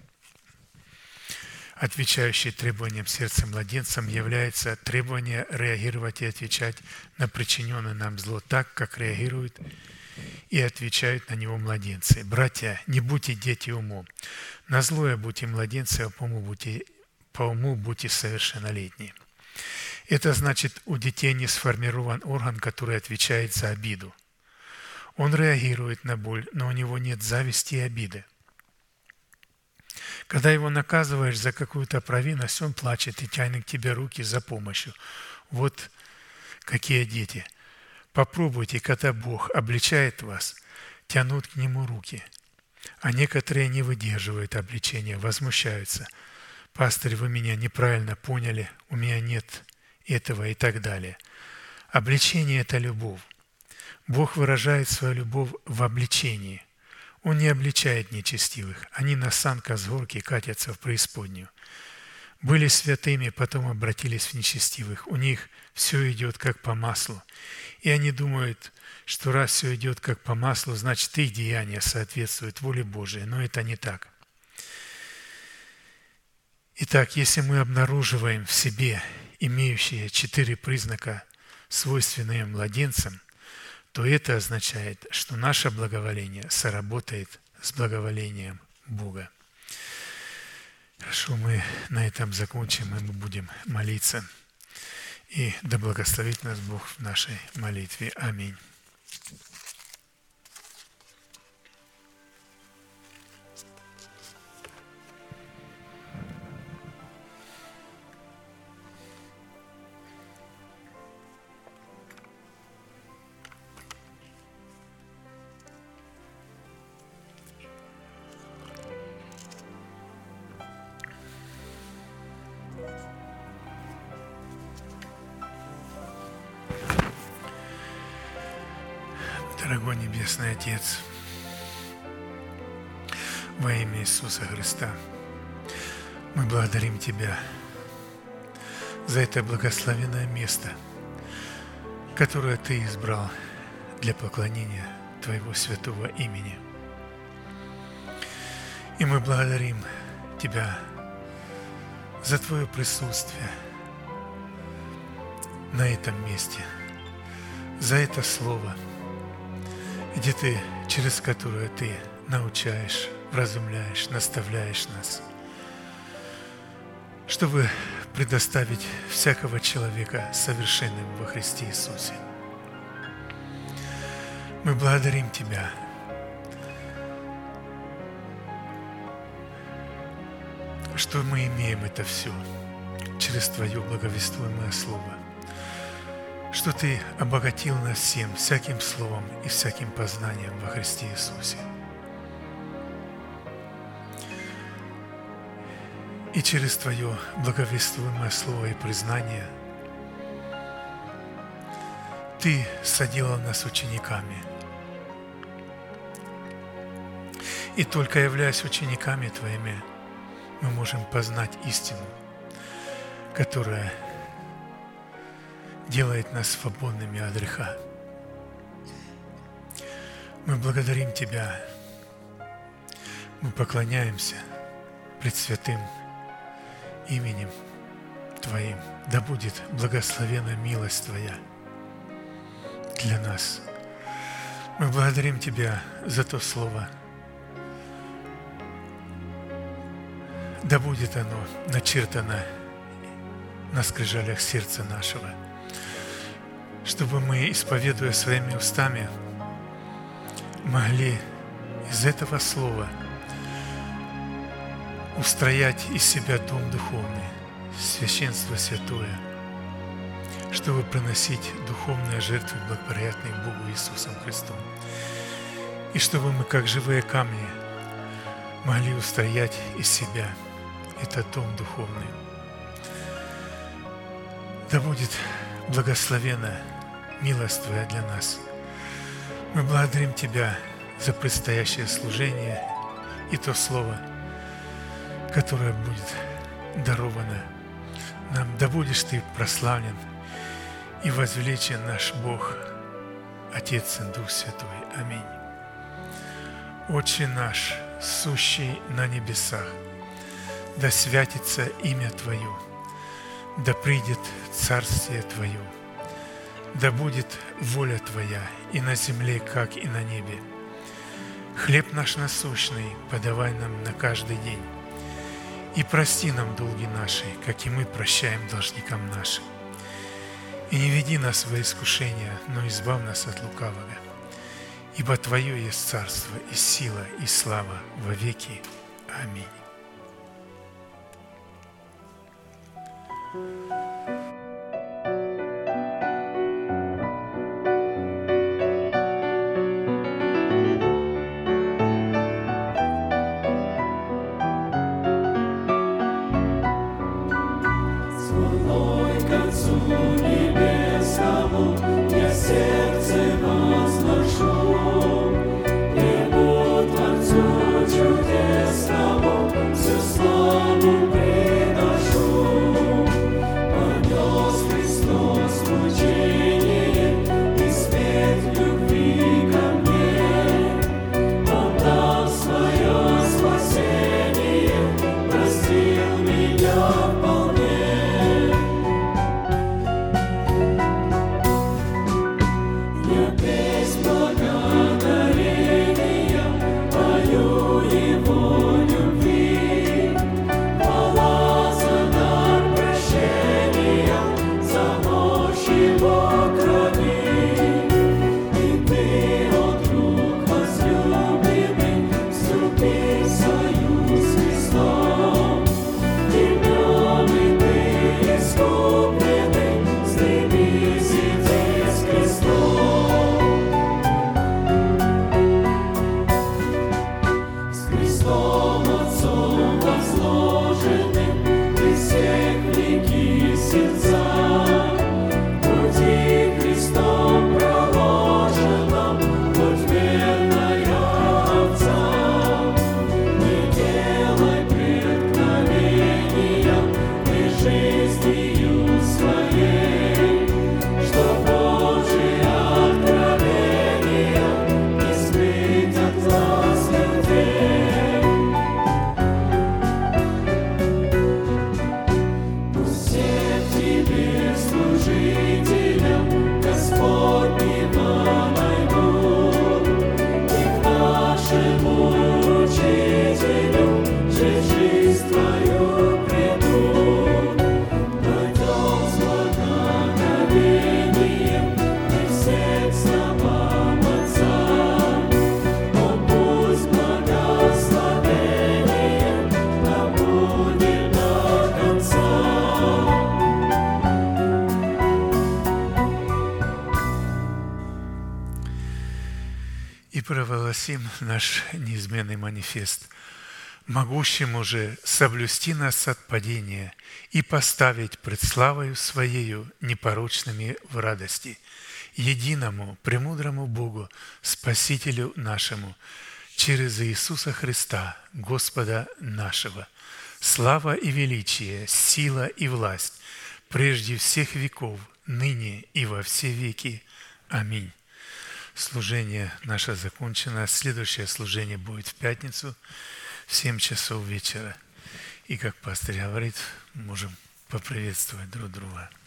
отвечающий требованиям сердца младенцам, является требование реагировать и отвечать на причиненное нам зло так, как реагируют и отвечают на него младенцы. Братья, не будьте дети умом. На злое будьте младенцы, а по уму будьте совершеннолетние. Это значит, у детей не сформирован орган, который отвечает за обиду. Он реагирует на боль, но у него нет зависти и обиды. Когда его наказываешь за какую-то провинность, он плачет и тянет к тебе руки за помощью. Вот какие дети. Попробуйте, когда Бог обличает вас, тянут к Нему руки. А некоторые не выдерживают обличения, возмущаются. «Пастырь, вы меня неправильно поняли, у меня нет этого» и так далее. Обличение – это любовь. Бог выражает свою любовь в обличении. Он не обличает нечестивых. Они на санках с горки катятся в преисподнюю. Были святыми, потом обратились в нечестивых. У них все идет как по маслу. И они думают, что раз все идет как по маслу, значит их деяния соответствуют воле Божией. Но это не так. Итак, если мы обнаруживаем в себе имеющие 4 признака, свойственные младенцам, то это означает, что наше благоволение соработает с благоволением Бога. Хорошо, мы на этом закончим, и мы будем молиться. И да благословит нас Бог в нашей молитве. Аминь. Дорогой Небесный Отец, во имя Иисуса Христа, мы благодарим Тебя за это благословенное место, которое Ты избрал для поклонения Твоего святого имени. И мы благодарим Тебя за Твое присутствие на этом месте, за это Слово, через которое Ты научаешь, вразумляешь, наставляешь нас, чтобы предоставить всякого человека совершенным во Христе Иисусе. Мы благодарим Тебя что мы имеем это все через Твое благовествуемое Слово, что Ты обогатил нас всем, всяким словом и всяким познанием во Христе Иисусе. И через Твое благовествуемое Слово и признание Ты соделал нас учениками. И только являясь учениками Твоими, мы можем познать истину, которая делает нас свободными от греха. Мы благодарим Тебя, мы поклоняемся пред святым именем Твоим. Да будет благословена милость Твоя для нас. Мы благодарим Тебя за то Слово. Да будет оно начертано на скрижалях сердца нашего, чтобы мы, исповедуя своими устами, могли из этого слова устроять из себя дом духовный, священство святое, чтобы приносить духовные жертвы, благоприятные Богу Иисусом Христом. И чтобы мы, как живые камни, могли устроять из себя этот дом духовный. Да будет благословена милость Твоя для нас. Мы благодарим Тебя за предстоящее служение и то Слово, которое будет даровано нам. Да будешь Ты прославлен и возвеличен наш Бог, Отец и Дух Святой. Аминь. Отче наш, сущий на небесах, да святится имя Твое, да придет Царствие Твое, да будет воля Твоя и на земле, как и на небе. Хлеб наш насущный подавай нам на каждый день, и прости нам долги наши, как и мы прощаем должникам нашим. И не веди нас во искушение, но избавь нас от лукавого. Ибо Твое есть царство, и сила, и слава во веки. Аминь. Святой к Отцу Небесному, я сердце возношу, Небу Творцу чудесному, и провозгласим наш неизменный манифест. Могущему же соблюсти нас от падения и поставить пред славою Своею непорочными в радости, единому, премудрому Богу, Спасителю нашему, через Иисуса Христа, Господа нашего. Слава и величие, сила и власть прежде всех веков, ныне и во все веки. Аминь. Служение наше закончено. Следующее служение будет в пятницу в 7 часов вечера. И, как пастор говорит, можем поприветствовать друг друга.